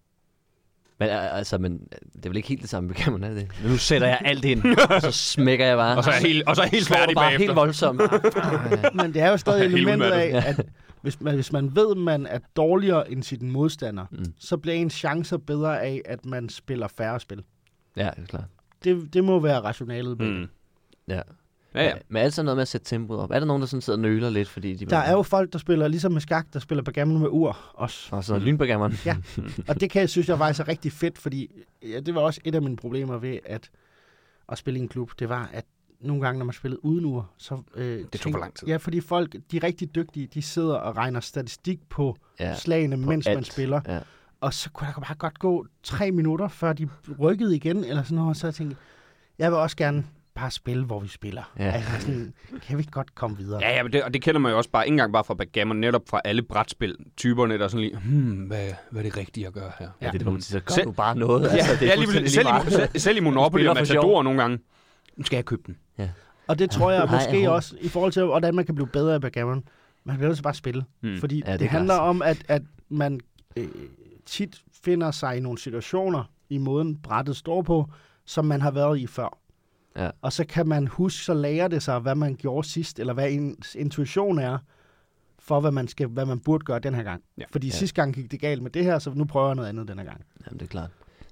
Men øh, altså, men øh, det er vel ikke helt det samme, kan man er det? Nu sætter jeg alt ind, og så smækker jeg bare. Og så er jeg helt, og så er jeg helt slår du færdig bare bagefter. helt voldsomt. Men det er jo stadig Helt elementet af, udmattet. at hvis man, hvis man ved, at man er dårligere end sin modstander, Mm. så bliver ens chancer bedre af, at man spiller færre spil. Ja, det er klart. Det, det må være rationalet. Mm. Mm. Ja. Ja, ja. Men altid noget med at sætte tempoet op. Er der nogen, der sådan sidder og nøler lidt, fordi de... Der er jo folk, der spiller, ligesom med skak, der spiller backgammon med ur også. Og sådan noget lynbagammer. Ja. Og det kan jeg synes, jeg faktisk er rigtig fedt, fordi ja, det var også et af mine problemer ved at, at spille i en klub. Det var, at nogle gange, når man spillede uden ur, så... Øh, Det tog for lang tid. Ja, fordi folk, de er rigtig dygtige, de sidder og regner statistik på Ja. ja, slagene, mens alt. man spiller. Ja. Og så kunne der bare godt gå tre minutter, før de rykkede igen, eller sådan noget. Så jeg tænkte, jeg vil også gerne bare spille, hvor vi spiller. Ja. Altså sådan, kan vi ikke godt komme videre? Ja, ja, men det, og det kender man jo også bare, ikke engang bare fra backgammon, netop fra alle brætspil-typerne, der er sådan lige, hmm, hvad, hvad er det rigtige at gøre her? Ja, det er det, hvor man siger, så gør Selv- du bare noget. Ja, altså, det er ja, lige, fuldstændig præcis. selv, lige i, meget. selv, selv i Monopoly spiller og for sjov. Matador nogle gange, nu skal jeg købe den. Og det tror jeg Nej, måske jeg også, i forhold til, hvordan man kan blive bedre i backgammon. Man bliver nødt til bare at spille. Hmm. Mm. Fordi Ja, ja, det det, er det handler klart. om, at, at man øh, tit finder sig i nogle situationer i måden, brættet står på, som man har været i før. Ja. Og så kan man huske, så lærer det sig, hvad man gjorde sidst, eller hvad ens intuition er, for hvad man, skal, hvad man burde gøre den her gang. Ja. Fordi Ja. sidste gang gik det galt med det her, så nu prøver jeg noget andet den her gang. Jamen, det er klart.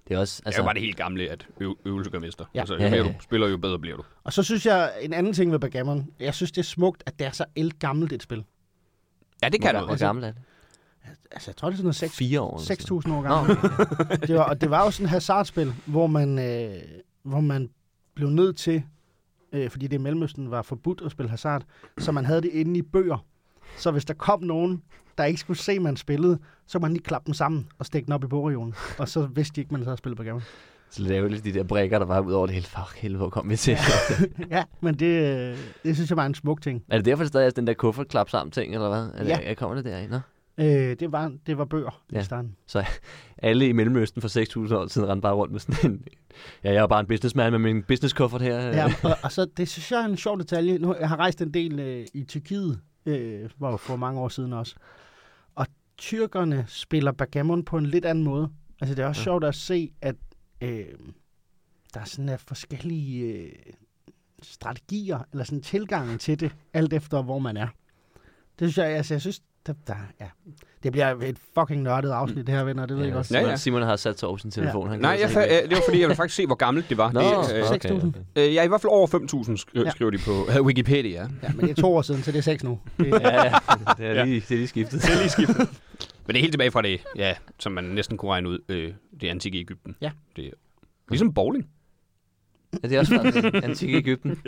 Det er også, Altså, altså... det er jo bare det helt gamle, at øv- øvelse gør mester. Ja. Altså, jo Ja, mere ja. du spiller, jo bedre bliver du. Og så synes jeg, en anden ting ved backgammon, jeg synes, det er smukt, at det er så ældgammelt et spil. Ja, det kan hvor, du. hvor gammel er det? Altså, jeg tror, det er sådan noget seks Fire år. eller seks sådan tusind år noget. gammelt. Nå, okay. Det var, og det var jo sådan et hasardspil, hvor man, øh, hvor man blev nødt til, øh, fordi det i Mellemøsten var forbudt at spille hasard, så man havde det inde i bøger. Så hvis der kom nogen, der ikke skulle se, man spillede, så man lige klappe dem sammen og stikke den op i bogreolen. Og så vidste de ikke, man havde spillet backgammon. Så lave lidt de der brækker, der var ud over det hele. Fuck, helvede, hvor kom vi til? Ja, men det, øh, det synes jeg var en smuk ting. Er det derfor, det stadig er den der kuffert klap sammen ting, eller hvad? Er det, Ja. Jeg kommer det derind, nå? Øh, det, var, det var bøger Ja. i starten. Alle i Mellemøsten for seks tusind år siden rendte bare rundt med sådan en... Ja, jeg er bare en businessman med min business kuffert her. Ja, og, og så det synes jeg er en sjov detalje. Nu, jeg har rejst en del øh, i Tyrkiet, øh, hvor for mange år siden også. Og tyrkerne spiller backgammon på en lidt anden måde. Altså det er også Ja. ja. sjovt at se, at øh, der er sådan er forskellige øh, strategier, eller sådan tilgangen til det, alt efter hvor man er. Det synes jeg, altså jeg synes, der, der, ja. Det bliver et fucking nørdet afsnit, det her, venner, det ved jeg godt. Ja, ja. Simon har sat sig over sin telefon. Han Nej, glæder jeg sig fa- helt øh, det var fordi, jeg ville faktisk se, hvor gammelt det var. Nå, det, øh, okay, seks tusind. okay. øh, jeg er i hvert fald over fem tusind, sk- Ja. skriver de på øh, Wikipedia. Ja, men det er to år siden, så det er seks nu. Det, Ja, ja, det er lige, det er lige skiftet. Det er lige skiftet. Men det er helt tilbage fra det, ja, som man næsten kunne regne ud, øh, det antikke Egypten. Ja. Det er ligesom bowling. Ja, det er også fra antikke Egypten.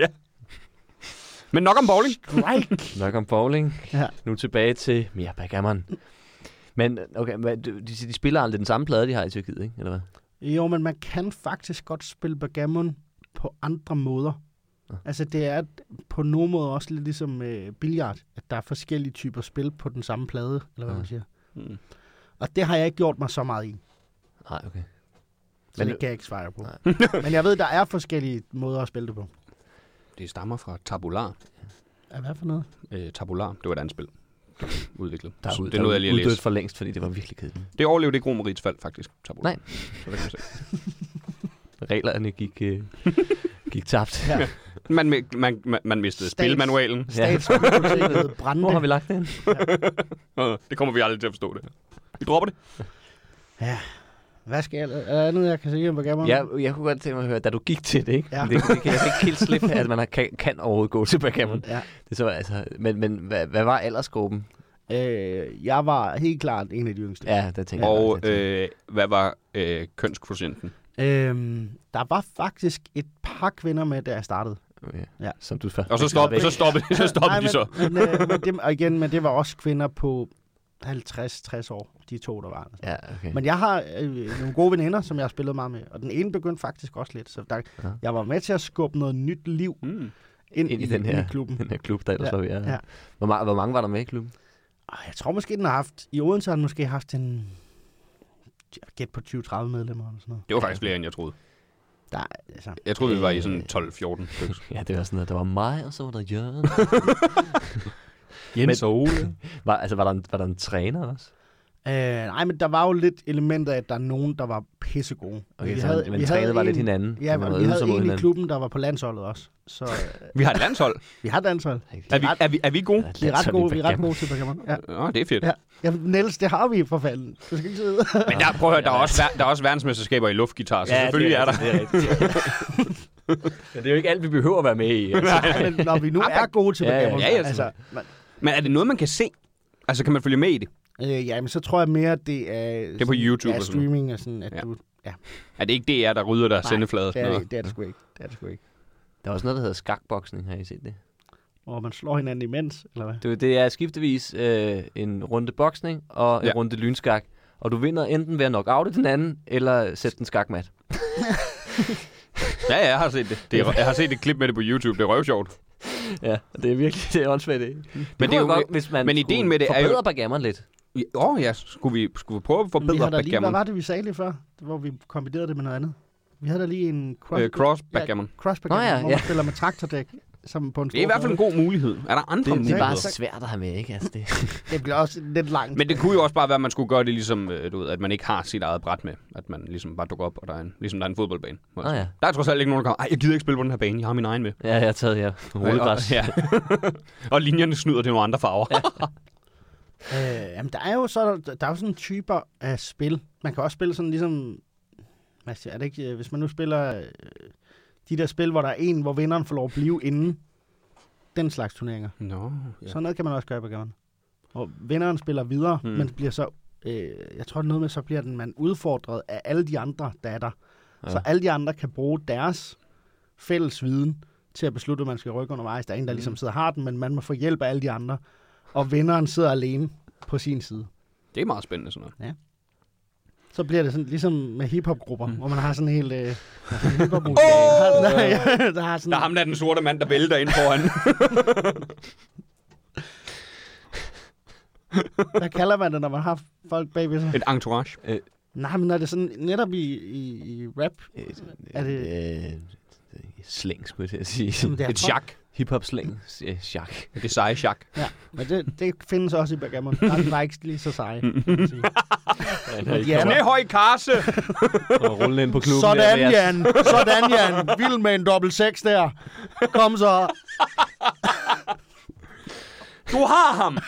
Men nok om bowling. Strike! Nok om bowling. Ja. Nu tilbage til mere backgammon. Men okay, hvad, de, de spiller aldrig den samme plade, de har i Tyrkiet, ikke? Eller hvad? Jo, men man kan faktisk godt spille backgammon på andre måder. Ja. Altså, det er på nogle måder også lidt ligesom øh, billard, at der er forskellige typer spil på den samme plade, eller hvad Ja. man siger. Mm. Og det har jeg ikke gjort mig så meget i, Nej, okay. så Men- det kan jeg ikke svare på. Nej. Men jeg ved, der er forskellige måder at spille det på. Det stammer fra Tabular. Ja, hvad for noget? Øh, Tabular, det var et andet spil. Udviklet. Der er, Så ud, det nåede jeg lige at uddødt læse. for længst, fordi det var virkelig kedeligt. Det overlevede ikke Romerrigets fald, faktisk. Tabular. Nej. Så det kan man se. Reglerne gik, øh, gik tabt. Ja. Man, mi- man, man, man mistede Stats- spilmanualen. Statsbiblioteket brændte. Hvor har vi lagt den? Øh, Det kommer vi aldrig til at forstå det. Vi dropper det. Hvad skal jeg... Er der andet, jeg kan sige om backgammon? Jeg, jeg kunne godt tænke mig at høre, da du gik til det, ikke? Ja. Det, det kan jeg kan ikke helt slippe, at man har, kan, kan overhovedet gå til backgammon. Ja. Det så, altså, men men hvad, hvad var aldersgruppen? Øh, jeg var helt klart en af de yngste. Ja, der tænker Og jeg. der tænker øh, hvad var øh, kønskvotienten? Øhm, der var faktisk et par kvinder med, da jeg startede. jeg. Okay. ja. Som du først. Og så stoppede, så stoppede, så stoppede Nej, de så. men, men, øh, men, det, og igen, men det var også kvinder på halvtreds tres år, de to, der var. Ja, okay. Men jeg har øh, nogle gode veninder, som jeg har spillet meget med, og den ene begyndte faktisk også lidt, så der, Ja. jeg var med til at skubbe noget nyt liv Mm. ind, Ind i i, den her- i klubben. Den her klub, der ellers Ja, var ved at... ja. Hvor, ma- hvor mange var der med i klubben? Og jeg tror måske, den har haft, i Odense har den måske haft en, jeg vil gætte på tyve til tredive medlemmer eller sådan noget. Det var faktisk flere, end jeg troede. Der, altså, Jeg troede, vi var i Øh. sådan tolv fjorten stykker. Ja, det var sådan noget. Der var mig, og så var der Jørgen. Jens og Ole. Var, altså, var der, en, var der en træner også? Øh, nej, men der var jo lidt elementer af, at der er nogen, der var pissegode. Okay, vi så havde, men trænede var lidt hinanden. Ja, Man men var vi øvet havde sig mod en i hinanden. klubben, der var på landsholdet også. Så øh, Vi har et landshold. vi har landshold. Er vi, er vi, er vi gode? Vi er ret gode, vi er ret gode til backgammon. Ja. Nå, det er fedt. Ja. Ja, Niels, det har vi for fanden. Du skal ikke sidde. Men der, prøv at høre, der er, også, ver- der er også verdensmesterskaber i luftgitar, så ja, selvfølgelig er, er der. Det er rigtigt. Men det er jo ikke alt, vi behøver at være med i. Altså. Nej, men når vi nu er gode til Ja, ja. backgammon, Ja, ja, altså, man, Men er det noget, man kan se? Altså, kan man følge med i det? øh, ja, men så tror jeg mere, at det er... Det er på YouTube ja, og sådan noget. streaming og sådan, at Ja. du... Er det ikke D R, der rydder der Nej, sendeflader? og Det sådan er, noget? det, det er det sgu ikke. Det er det sgu ikke. Der er også noget, der hedder skakboksning, har I set det? Hvor man slår hinanden imens, eller hvad? Det, det er skiftevis øh, en runde boksning og en Ja. runde lynskak. Og du vinder enten ved at knockoute den anden, eller sætte den skakmat. Ja, ja, jeg har set det. det er, jeg har set et klip med det på YouTube. Det er røvsjovt. Ja, det er virkelig det er åndssvagt. Det, Men men det er jo- godt, hvis man men skulle ideen med det er jo- forbedre backgammon lidt. Åh oh, ja, skulle vi, skulle vi prøve at Vi forbedre har da lige, hvad backgammon? var det, vi sagde lige før? Hvor vi kombinerede det med noget andet. Vi havde da lige en cross, Øh, cross backgammon. cross backgammon, Nå ja, hvor ja. man spiller med traktordæk. Som på en Det er i hvert fald en god mulighed. Er der andre Det, det er muligheder? bare svært at have med, ikke? Altså, det, Det bliver også lidt langt. Men det kunne jo også bare være, at man skulle gøre det ligesom, øh, du ved, at man ikke har sit eget bræt med. At man ligesom bare dukker op, og der er en, ligesom der er en fodboldbane. Nå ja. Der er trods alt ikke nogen, der kommer, ej, jeg gider ikke spille på den her bane, jeg har min egen med. ja, jeg har taget ja, hovedgræs. Ja. Og linjerne snyder til nogle andre farver. Ja. Øh, jamen, der er jo så der er jo sådan typer af spil. Man kan også spille sådan ligesom... hvad siger, er det ikke, hvis man nu spiller øh, de der spil, hvor der er en, hvor vinderen får lov at blive inden, den slags turneringer. Nå, ja. Sådan noget kan man også gøre på gammel. Og vinderen spiller videre, Mm. mm. men bliver så, øh, jeg tror det er noget med, så bliver den man udfordret af alle de andre, der er der. Ja. Ja. Så alle de andre kan bruge deres fælles viden til at beslutte, at man skal rykke undervejs. Der er en, der ligesom sidder og har den, men man må få hjælp af alle de andre. Og vinderen sidder alene på sin side. Det er meget spændende sådan noget. Så bliver det sådan, ligesom med hiphop-grupper, Mm. mm. hvor man har sådan en helt... Øh, hiphop oh! Åh! der, ja, der har sådan... Der er ham der, den sorte mand, der vælter ind foran. Hvad kalder man det, når man har folk bagved sig? Et entourage. Nej, men er det sådan netop i, i, i rap? Er det- Øh, slæng, skulle jeg til at sige. Jamen, det er Et chak. Hip-hop-slæng. Sjak. Det seje chak. Ja, men det, det findes også i backgammon. Der er de bare ikke lige så seje. kan man sige. de er der. Knæhøj karse. Og rulle ind på klubben. Sådan, der, Jan. Sådan, Jan. Vild med en dobbelt seks der. Kom så. Du har ham.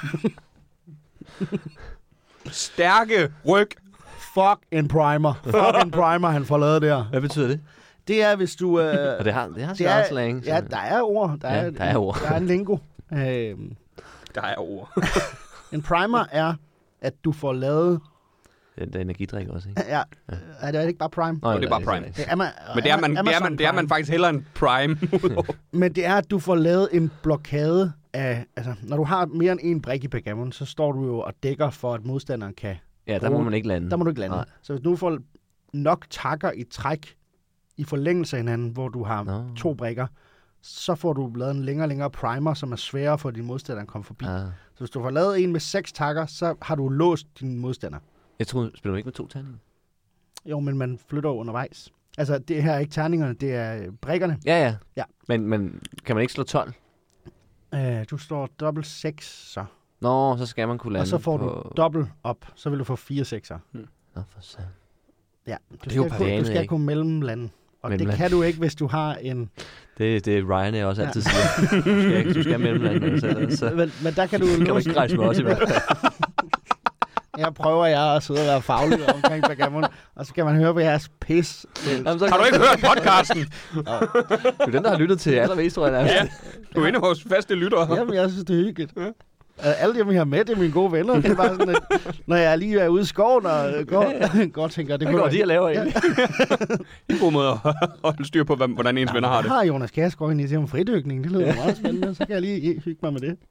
Stærke ryg. Fuck en primer. Fuck en primer, han får lavet der. Hvad betyder det? Det er, hvis du... Øh, Og det har, det har det sit er, eget slang. ja, der er ord. Der Ja, er, der er ord. Der er en lingo. Øhm, Der er ord. en primer er, at du får lavet... Det er energidrik også, ikke? Ja, er det ikke bare prime? Nå, det er bare nej, prime. Det er man, Men det er man, det er Amazon man, det er man Prime. faktisk hellere en prime. Men det er, at du får lavet en blokade af... Altså, når du har mere end en brik i backgammon, så står du jo og dækker for, at modstanderen kan... Ja, der må man ikke lande. Der må du ikke lande. Nej. Så hvis du får nok takker i træk i forlængelse af hinanden, hvor du har Nå. to brikker, så får du lavet en længere og længere primer, som er sværere for din modstander at komme forbi. Ah. Så hvis du får lavet en med seks takker, så har du låst din modstander. Jeg tror, spiller du ikke med to terninger? Jo, men man flytter undervejs. Altså, det her er ikke terningerne, det er øh, brikkerne. Ja, ja. Ja. Men, men kan man ikke slå tolv? Øh, du står dobbelt seks, så. Nå, så skal man kunne lande Og så får på... du dobbelt op, så vil du få fire sekser. Nå, for satan. Ja, du er jo skal, kunne, du panet, skal ikke? kunne mellemlande. Og Mellemland. det kan du ikke, hvis du har en... Det, det er Ryan, jeg også Ja. altid siger. Du skal, du skal mellemlande med dig selv. Så Men, men der kan du kan du låse... ikke rejse med os i hvert fald. Jeg prøver jeg at sidde og være faglig omkring backgammon, og så kan man høre på jeres pis. Jamen, så Har du ikke hørt podcasten? Du er den, der har lyttet til allermest, tror jeg. Ja. Du er inde hos faste lyttere. Jamen, jeg synes, det er hyggeligt. Ja. Alle dem, jeg har med, det er mine gode venner. Det er bare sådan, at når jeg lige er ude i skoven og går, går tænker, det Hvad kunne går de og laver egentlig? En god måde at holde styr på, hvem- hvordan ens venner har Jeg det. har Jonas Kjærsgaard organiseret om fridykning. Det lyder ja. meget spændende. Så kan jeg lige hygge mig med det.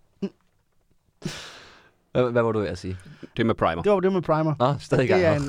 Hvad, hvad var du ved at sige? Det med primer. Det var det med primer. Nå, stadig i gang. Det er en,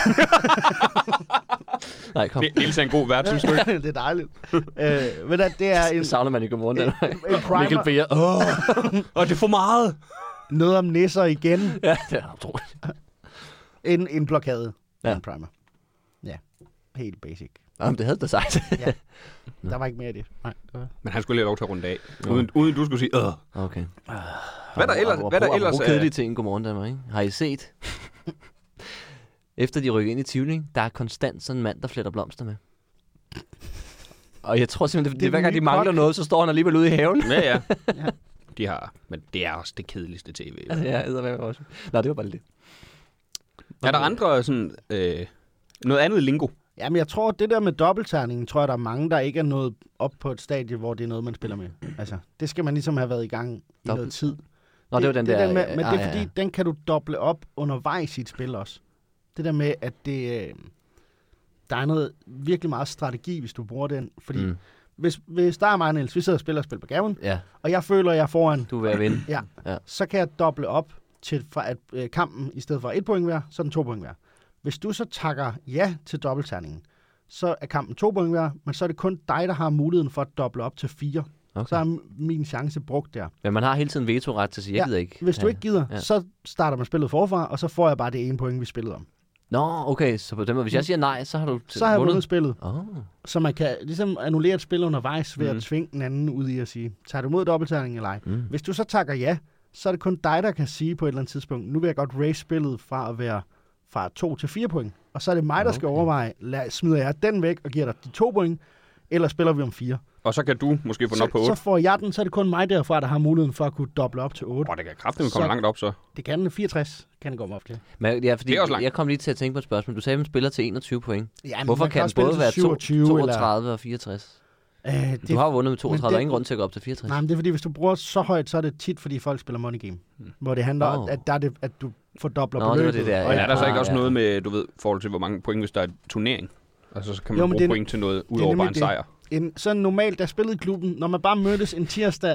Nej, kom. Det Niels er en god vært, synes du ikke? det er dejligt. Øh, men at det er en, Det savner man i Godmorgen en, Danmark. en Mikkel primer. Beer. Åh. Og det er for meget. Noget om nisser igen. Ja, det er utroligt. En, en blokade. Ja. Ja. En primer. Ja, helt basic. Jamen, det havde det sagt. Ja. Der var ikke mere i det. Nej. det var- Men han skulle lige have lov til at runde af. Uden, uden du skulle sige, øh. Okay. Hvad der ellers, hvad der ellers er... er... kedelige ting, Godmorgen Danmark, ikke? Har I set? Efter de rykker ind i Tivoli, der er konstant sådan en mand, der fletter blomster med. Og jeg tror simpelthen, det, det, Det er det hver gang de den nye mangler kok. noget, så står han alligevel ude i haven. Ja, ja. Ja. De har... Men det er også det kedeligste tv. Ja, eddermame også. Nå, det var bare det. Er der andre sådan... Øh, noget andet lingo? Jamen, jeg tror, det der med dobbeltterningen, tror jeg, der er mange, der ikke er nået op på et stadie, hvor det er noget, man spiller med. Altså, det skal man ligesom have været i gang i Dobbelt- noget tid. Nå, det, var den det der... der med, men ah, det er ja, fordi, ja. den kan du doble op undervejs i et spil også. Det der med, at det, øh, der er noget virkelig meget strategi, hvis du bruger den. Fordi mm. Mm. hvis, hvis der er mig og Niels, vi sidder og spiller og spiller på gaven, Ja, og jeg føler, at jeg er foran, du er ved at vinde. ja, Ja. så kan jeg doble op til fra at øh, kampen, i stedet for et point hver, så er den to point hver. Hvis du så takker ja til dobbeltterningen, så er kampen to point hver, men så er det kun dig, der har muligheden for at doble op til fire. Okay. Så er min chance brugt der. Men man har hele tiden veto-ret til at sige, jeg Ja, gider ikke. Hvis du Ja. ikke gider, Ja. så starter man spillet forfra, og så får jeg bare det ene point, vi spillede om. Nå, okay, så på den måde, hvis jeg siger nej, så har du Så har jeg vundet spillet. Åh, Så man kan ligesom annullere et spil undervejs ved Mm. mm. at tvinge den anden ud i at sige, tager du mod dobbeltterning eller ej? mm. Hvis du så takker ja, så er det kun dig, der kan sige på et eller andet tidspunkt, nu vil jeg godt race spillet fra at være fra to til fire point. Og så er det mig, der skal Okay. overveje, lad, smider jeg den væk og giver dig de to point, Eller spiller vi om fire. Og så kan du måske få den op på Så, så otte. får jeg den, så er det kun mig derfra, der har muligheden for at kunne doble op til otte. Åh, det kan kraftigt komme Så- langt op, så. Det kan den fireogtres, kan den gå op til. Men, ja, fordi Det er også langt. jeg kom lige til at tænke på et spørgsmål. Du sagde, at man spiller til enogtyve point. Ja, Hvorfor man kan den også spille både til være to- syvogtyve toogtredive og fireogtres? Eller, øh, det, Du har jo vundet med toogtredive, det- der er ingen grund til at gå op til fireogtres. Nej, men det er fordi, hvis du bruger så højt, så er det tit, fordi folk spiller money game. Hmm. Hvor det handler om, Oh. at, der er det, at du fordobler Nå, det var beløbet. det der, Og Ja, er der så Ah, ikke også ja. noget med, du ved, forhold til, hvor mange point, hvis der er et turnering? Altså, så kan man Jo, jo, men bruge det er- point til noget, ud det er over bare nemlig en det. sejr. En, så normalt, der spillede i klubben, når man bare mødtes en tirsdag...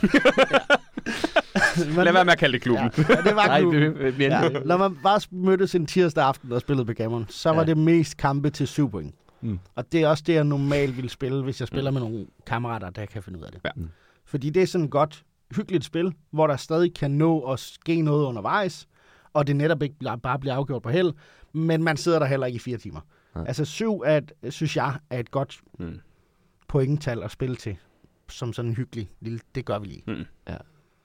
man, Lad være med at kalde det klubben. Ja, ja, det var Nej, klubben. det bliver Ja, når man bare mødtes en tirsdag aften og spillede Backgammon, så var Ja. det mest kampe til syv point. Mm. Og det er også det, jeg normalt vil spille, hvis jeg spiller mm. med nogle kammerater, der kan finde ud af det. Ja. Mm. Fordi det er sådan et godt, hyggeligt spil, hvor der stadig kan nå at ske noget undervejs, og det netop ikke bare bliver afgjort på held, men man sidder der heller ikke i fire timer. Ja. Altså syv, er et, synes jeg, er et godt Mm. pointtal at spille til, som sådan en hyggelig lille, det gør vi lige. Mm. Ja.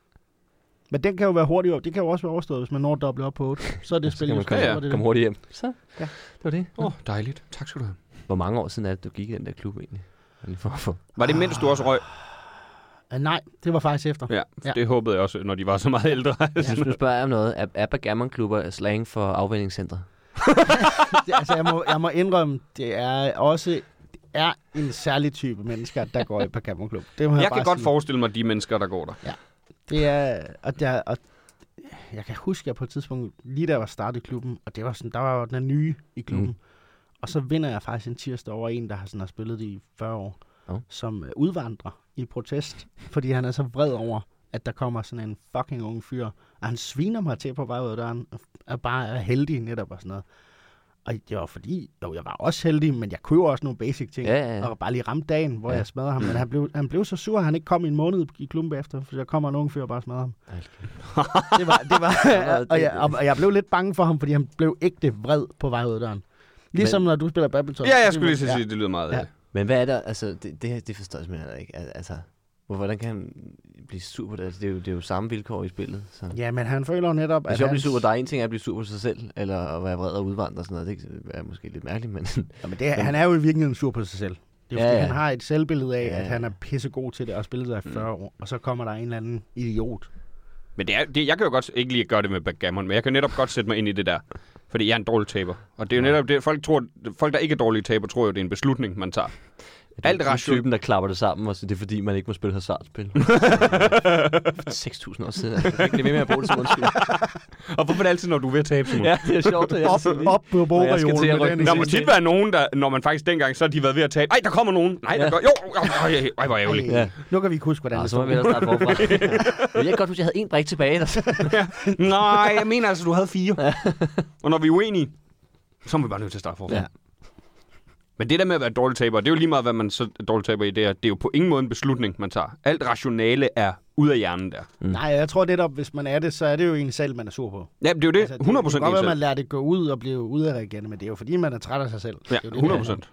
Men den kan jo være hurtigere, det kan jo også være overstået, hvis man når at doble op på otte. Så er det Så spil, kan jo man komme, Ja, ja. det, komme hurtigt hjem. Så, Ja. det var det. Åh, oh, dejligt. Tak skal du have. Hvor mange år siden er det, du gik i den der klub egentlig? Lige for at få. Var det mens du også røg? Uh, nej, det var faktisk efter. Ja, Ja. det håbede jeg også, når de var så meget ældre. Jeg synes, du spørger om noget. Er, er Backgammon-klubber slang for afvendingscenter? Det, altså, jeg må, jeg må indrømme, det er også det er en særlig type mennesker, der går i Backgammon Klub. Det må jeg, Jeg bare kan godt sige. forestille mig de mennesker, der går der. Det er, og der, og jeg kan huske, at jeg på et tidspunkt, lige da jeg var startet i klubben, og det var sådan, der var jo den her nye i klubben, Mm. og så vinder jeg faktisk en tirsdag over en, der har, sådan, har spillet det i fyrre år, Oh. som øh, udvandrer i protest, fordi han er så vred over, at der kommer sådan en fucking ung fyr, og han sviner mig til på vej ud af døren, og er bare er heldig netop og sådan noget. Og det var fordi, jo, jeg var også heldig, men jeg kunne jo også nogle basic ting, Ja, ja, ja. og bare lige ramte dagen, hvor Ja. ja. jeg smadrede ham. Men han blev, han blev så sur, at han ikke kom i en måned i klubben bagefter, for der kommer en ung fyr og bare smadrer ham. Det var, det var, og, jeg, og jeg blev lidt bange for ham, fordi han blev ægte vred på vej ud af døren. Ligesom Men- når du spiller badminton. Ja, jeg skulle lige til at Ja. sige, det lyder meget... Ja. Ja. Men hvad er der, altså, det, det, det forstår jeg simpelthen heller ikke. Al- Altså, hvor- hvordan kan han blive sur på det? Altså, det, er jo, det er jo samme vilkår i spillet. Så. Ja, men han føler jo netop, Hvis at jeg han... bliver sur, der er en ting er at blive sur på sig selv, eller at være vred og udvandre og sådan noget. Det er måske lidt mærkeligt, men... Ja, men det, er- han er jo i virkeligheden sur på sig selv. Det er jo Ja, fordi, ja. han har et selvbillede af, Ja, at ja. han er pissegod til det og spillet sig i fyrre år, og så kommer der en eller anden idiot. Men det er, det, jeg kan jo godt ikke lige gøre det med backgammon, men jeg kan netop godt sætte mig ind i det der. Fordi jeg er en dårlig taber. Og det er jo netop det, folk tror, folk der ikke er dårlige taber, tror jo, det er en beslutning, man tager. Alt det er rationelt. typen, der klapper det sammen, og så det er fordi, man ikke må spille hasardspil. seks tusind år siden. Jeg kan ikke lade være med at bruge det som undskyld. Og hvorfor er det altid, når du er ved at tabe, Simon? Ja, det er sjovt. Det er Op, altid lige. op på Og jeg skal til bogreolen at med rykke den den Der i må sidste. tit være nogen, der, når man faktisk dengang, så har de været ved at tabe. Ej, der kommer nogen. Nej, der Ja. går. Jo, jo, ej, ej, hvor ærgerligt. Ja. Nu kan vi ikke huske, hvordan Nå, det så må står. vi ellers starte forfra. Jeg kan godt huske, at jeg havde en brik tilbage. Der. Nej, jeg mener altså, du havde fire. Og når vi er uenige, så må vi bare nødt til at starte forfra. Ja. Men det der med at være dårlig taber, det er jo lige meget, hvad man så er dårlig taber i, det er, det er jo på ingen måde en beslutning, man tager. Alt rationale er ud af hjernen der. Mm. Nej, jeg tror netop, hvis man er det, så er det jo en selv, man er sur på. Ja, det er jo det. Altså, det hundrede det procent kan godt være, en at man selv. lader det gå ud og blive udadreagerende, men det er jo fordi, man er træt af sig selv. Ja, Det er jo det, hundrede det procent.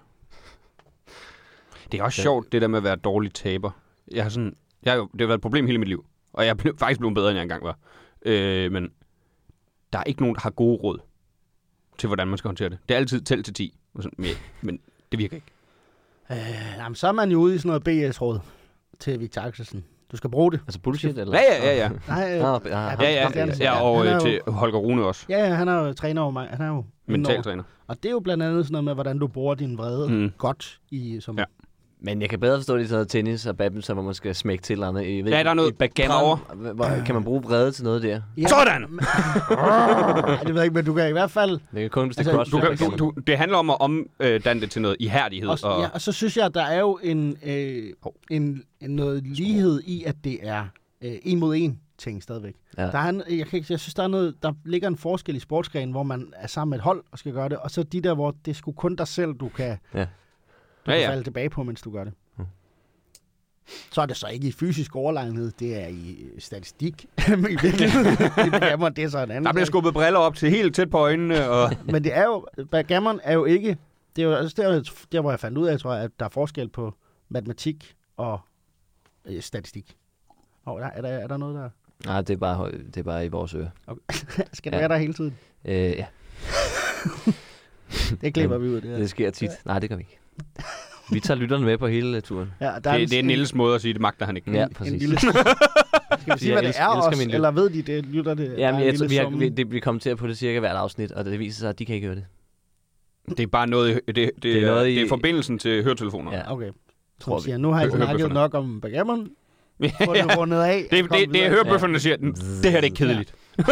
Det er også sjovt, det der med at være dårlig taber. Jeg har sådan, jeg har jo, det har været et problem hele mit liv. Og jeg er ble, faktisk blevet bedre, end jeg engang var. Øh, men der er ikke nogen, der har gode råd til, hvordan man skal håndtere det. Det er altid tæl til ti. Og sådan, men, men det virker ikke. Øh, jamen, så er man jo ude i sådan noget B S-råd til Victor Axelsen. Du skal bruge det. Altså bullshit, eller? Ja, ja, ja, ja. Nej, øh, Nå, ja, Ja, Ja, ja, ham- ja, ham- ja og han er øh, jo- til Holger Rune også. ja, ja, han er jo træner over mig. Han er jo indover. Mentaltræner. Og det er jo blandt andet sådan noget med, hvordan du bruger din vrede Mm. mm. godt i som Ja. Men jeg kan bedre forstå det i sådan noget tennis og badminton, hvor man skal smække til eller andet. Jeg ved, Ja, der er noget i backgammon, hvor, kan man bruge vrede til noget der? Ja, Sådan! Nej, det ved jeg ikke, men du kan i hvert fald... Det kan kun, hvis det Altså, er cross. Du kan, du, du, det handler om at omdanne det til noget ihærdighed. Og, Og, ja, og så synes jeg, at der er jo en, øh, en, en noget lighed i, at det er øh, en mod en ting stadigvæk. Ja. Der er en, jeg, kan ikke, jeg synes, der er noget, der ligger en forskel i sportsgrenen, hvor man er sammen med et hold og skal gøre det, og så de der, hvor det er sgu kun dig selv, du kan, Ja. du Ja, kan ja. falde tilbage på, mens du gør det. Mm. Så er det så ikke i fysisk overlegenhed, det er i statistik. I virkeligheden, i backgammon, det er så en anden der bliver ting. skubbet briller op til helt tæt på øjnene. Og Men det er jo, backgammon er jo ikke, det er jo altså der, der, hvor jeg fandt ud af, tror jeg, at der er forskel på matematik og øh, statistik. Og der, er, der, er der noget der? Nej, det er bare, høj- det er bare i vores øre. Okay. Skal det Ja. være der hele tiden? Øh, ja, Det klipper vi ud, det her. det sker tit. Nej, det gør vi ikke. Vi tager lytterne med på hele uh, turen. Ja, der Det, det er en, Niels måde at sige, det magter han ikke. Ja, en, præcis. en lille... Skal vi sige, Jeg hvad det elsker- er elsker også? min lyt. Eller ved de det? Lytter det? Ja, men der er jeg, en tror, lille vi, har, summen. vi, det, vi kommer til at på det cirka hvert afsnit, og det viser sig, at de kan ikke høre det. Det er bare noget, det, det, det, er er, noget i- det er forbindelsen til høretelefoner. Ja. Okay. Tror Som vi. siger, nu har jeg Hø- snakket hørebøfferne. nok om backgammon. Få det rundet af. Det, og kom det, det er videre. hørebøfferne, der siger, det her det er ikke kedeligt.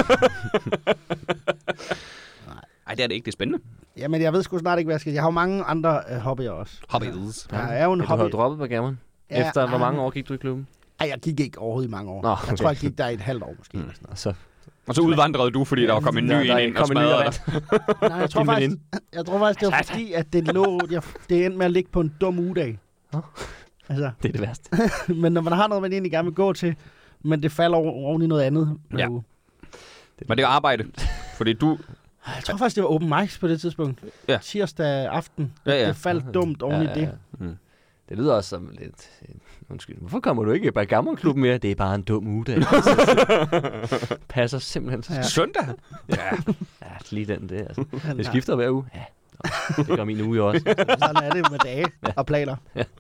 Nej, det er det ikke. Det er spændende. Jamen, jeg ved sgu snart ikke, hvad jeg skal. Jeg har jo mange andre uh, hobbyer også. Hobbies. Jeg er jo en Ja, du har hobby. jo droppet backgammon. Ja, Efter hvor nej, mange år gik du i klubben? Ej, jeg gik ikke overhovedet i mange år. Nå, Jeg okay. tror, jeg gik der i et halvt år måske. eller sådan Og så Og så udvandrede du, fordi der var kommet en ny Der- der en ind og kom en ny smadrede ind. dig. noget. Nej, jeg tror Din faktisk, veninde. jeg tror faktisk, det var fordi, at det lå, jeg, det endte med at ligge på en dum ugedag. Nå. Altså, det er det værste. men når man har noget, man egentlig gerne vil gå til, men det falder over, oven i noget andet. Ja. Nu. Men det er arbejde. Fordi du... Jeg tror faktisk, det var open mics på det tidspunkt. Ja. Tirsdag aften. Ja, ja. Det faldt dumt oven i det. Mm. Det lyder også som lidt... Undskyld, hvorfor kommer du ikke i backgammon-klubben mere? Det er bare en dum uge, der passer simpelthen til... Ja. Søndag? Ja, ja, lige den, det altså. Men, Det skifter hver uge. Ja, Nå, det gør min uge jo også. sådan er det med dage og planer.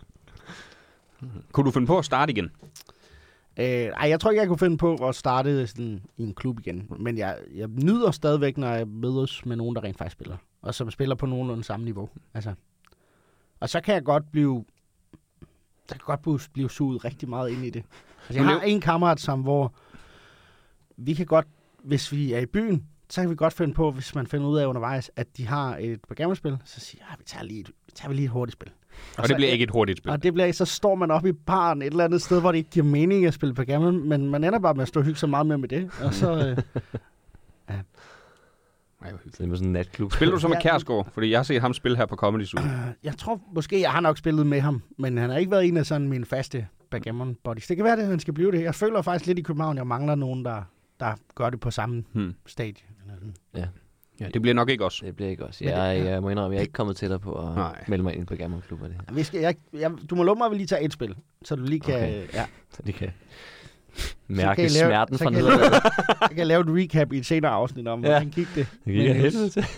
Kunne du finde på at starte igen? Øh, ej, jeg tror ikke, jeg kunne finde på at starte sådan, i en klub igen. Men jeg, jeg nyder stadigvæk, når jeg mødes med nogen, der rent faktisk spiller. Og som spiller på nogenlunde samme niveau. Altså. Og så kan jeg godt blive... Jeg kan godt blive, blive suget rigtig meget ind i det. Altså, jeg Men har en kammerat, som hvor... Vi kan godt, hvis vi er i byen, så kan vi godt finde på, hvis man finder ud af undervejs, at de har et backgammon-spil, så siger jeg, vi tager lige et, vi tager lige et hurtigt spil. Og det så- bliver ikke et hurtigt spil. Og det bliver, så står man op i baren et eller andet sted, hvor det ikke giver mening at spille backgammon, men man ender bare med at stå og hygge så meget mere med det. Og så, øh, Ej, hvor hyggeligt. Så det er sådan en natklub. Spiller du så med Ja. Kjærsgaard? Fordi jeg har set ham spille her på Comedy Zoo. jeg tror måske, jeg har nok spillet med ham, men han har ikke været en af sådan mine faste backgammon buddies. Det kan være, at han skal blive det. Jeg føler faktisk lidt i København, jeg mangler nogen, der, der gør det på samme Hmm. stadie. Eller sådan. Ja, det bliver nok ikke os. Det bliver ikke også. Men det- Jeg, jeg må indrømme, jeg er ikke kommet tættere på at Nej. melde mig ind i backgammon-klub af det her. Vi skal, jeg, jeg, du må love mig, at vi lige tager et spil, så du lige kan, Okay. okay. ja, Så de kan så mærke kan I lave- smerten så fra kan I nederlaget. lave- jeg kan lave et recap i et senere afsnit om, Ja. hvordan gik det. Det gik jeg Men- helvede til.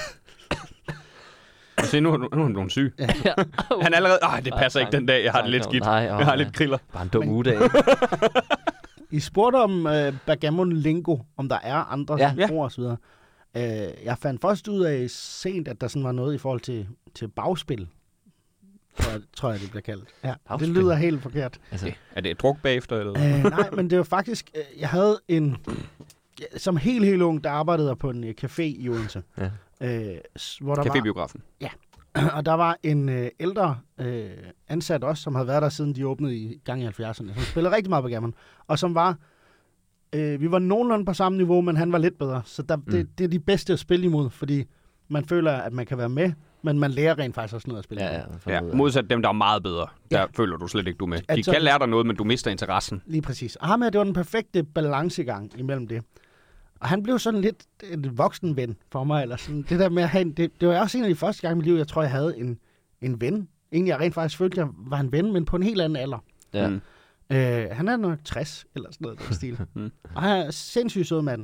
Se, nu, nu, nu er han blevet syg. Ja. Han er allerede... Ej, det passer ikke den dag. Jeg har det lidt skidt. Nej, Jeg har lidt kriller. Bare en dum Men- ugedag. I spurgte om øh, backgammon lingo, om der er andre Ja. ja. ord og så videre. Øh, jeg fandt først ud af sent, at der sådan var noget i forhold til, til bagspil. Tror jeg, tror jeg, det bliver kaldt. Ja, Bagspil? det lyder helt forkert. Altså, Er det et druk bagefter, eller? Øh, nej, men det var faktisk... Øh, jeg havde en... Ja, som helt, helt ung, der arbejdede jeg på en øh, café i Odense. Ja. Øh, s- hvor der var, Cafébiografen. og der var en øh, ældre øh, ansat også, som havde været der siden de åbnede i gang i halvfjerdserne, som spillede rigtig meget backgammon, og som var, øh, vi var nogenlunde på samme niveau, men han var lidt bedre, så der, mm. det, det er de bedste at spille imod, fordi man føler, at man kan være med, men man lærer rent faktisk også noget at spille ja, imod. ja, man får Ja, noget ud af modsat dem, der er meget bedre. Der Ja. føler du slet ikke, du er med. At De så- kan lære dig noget, men du mister interessen. Lige præcis. Og ham her, det var den perfekte balancegang imellem det. Og han blev sådan lidt en voksen ven for mig, eller sådan. Det der med at have en, det, det var også en af de første gange i mit liv, jeg tror, jeg havde en, en ven. Egentlig, jeg rent faktisk følte, jeg var en ven, men på en helt anden alder. Ja. Mm. Øh, han er nok tres, eller sådan noget i den stil. Mm. Og han er sindssygt sød mand.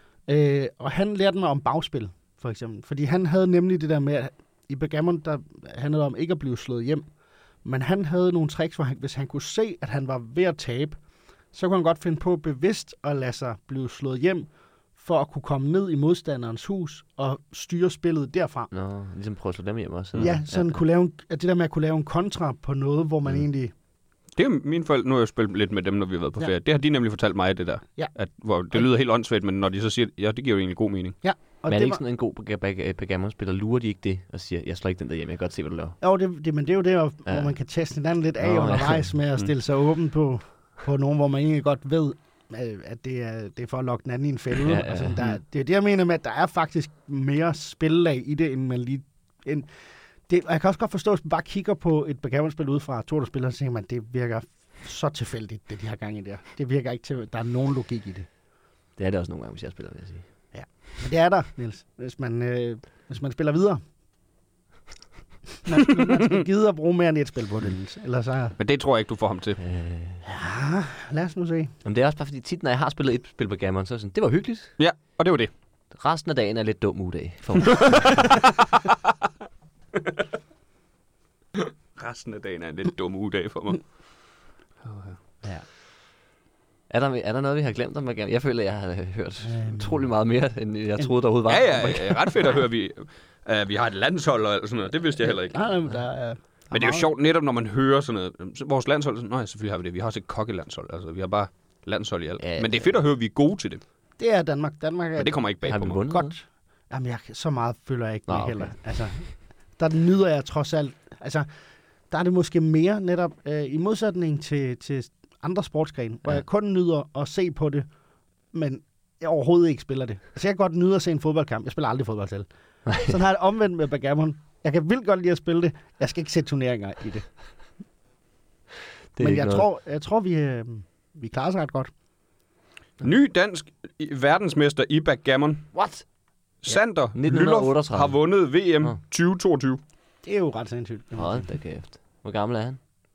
Øh, og han lærte mig om bagspil, for eksempel. Fordi han havde nemlig det der med, at i backgammon, der handlede det om ikke at blive slået hjem. Men han havde nogle tricks, hvor han, hvis han kunne se, at han var ved at tabe, så kunne han godt finde på bevidst at lade sig blive slået hjem, for at kunne komme ned i modstanderens hus og styre spillet derfra. Nå, ligesom prøve at slå dem hjem også. Ja, sådan ja. Kunne lave en, at det der med at kunne lave en kontra på noget, hvor man Mm. mm. egentlig... Det er mine forældre, nu har jeg spillet lidt med dem, når vi har været på Ja. ferie. Det har de nemlig fortalt mig, det der. Ja. At, hvor det lyder helt åndssvagt, men når de så siger, ja, det giver jo egentlig god mening. Ja, og Men er det det ikke var, sådan en god baga- baga- backgammon-spiller? Lurer de ikke det og siger, jeg slår ikke den der hjem, jeg kan godt se, hvad du laver? jo, det, det, men det er jo det, hvor Ja. man kan teste hinanden lidt af Nå, ja. undervejs med at Mm. stille sig åben på, på nogen, hvor man egentlig godt ved, øh, at det er, det er for at lokke den anden i en fælde. Ja, ja, Altså, ja. der, det er det, jeg mener med, at der er faktisk mere spillag i det, end man lige... End, det, og jeg kan også godt forstå, hvis man bare kigger på et backgammon-spil ud fra to, der spiller, så tænker man, det virker så tilfældigt, det de har gang i der. Det virker ikke til, der er nogen logik i det. Det er det også nogle gange, hvis jeg spiller, vil jeg sige. Men det er der, Niels, hvis man, øh, hvis man spiller videre. Man skal, man skal gide at bruge mere end et spil på det, Niels. Ellers så... Men det tror jeg ikke, du får ham til. Øh, Ja, lad os nu se. men det er også bare fordi, tit når jeg har spillet et spil backgammon, så er det sådan, det var hyggeligt. Ja, og det var det. Resten af dagen er lidt dum ugedag for mig. Resten af dagen er en lidt dum ugedag for mig. Ja. Er der, er der noget, vi har glemt om backgammon? Jeg føler, jeg har hørt Øhm. utrolig meget mere, end jeg troede, der overhovedet var. Ja, ja, ja, ret fedt at høre, vi, uh, vi har et landshold og sådan noget. Det vidste jeg heller ikke. Nej, nej, der er, Men det er jo sjovt netop, når man hører sådan noget. Så vores landshold, sådan, nej, selvfølgelig har vi det. Vi har også et kokkelandshold. Altså, vi har bare landshold i alt. Ja, Men det er fedt at høre, at vi er gode til det. Det er Danmark. Danmark er Men det kommer ikke bag Har på vi mig. vundet noget? godt. Jamen, jeg, så meget føler jeg ikke Nå, med okay. heller. Altså, der nyder jeg trods alt. Altså, der er det måske mere netop øh, i modsætning til, til andre sportsgrene, hvor Ja. jeg kun nyder at se på det, men jeg overhovedet ikke spiller det. Altså, jeg kan godt nyde at se en fodboldkamp. Jeg spiller aldrig fodbold selv. Sådan har jeg det omvendt med backgammon. Jeg kan vildt godt lide at spille det. Jeg skal ikke se turneringer i det. Det er Men ikke jeg noget. tror, jeg tror, vi, øh, vi klarer os ret godt. Ny dansk i- verdensmester i backgammon. What? Sander nitten Lylloff otteogtredive. har vundet V M Nå. tyve toogtyve. Det er jo ret sindssygt. kan man Hold sige. da kæft. Hvor gammel er han?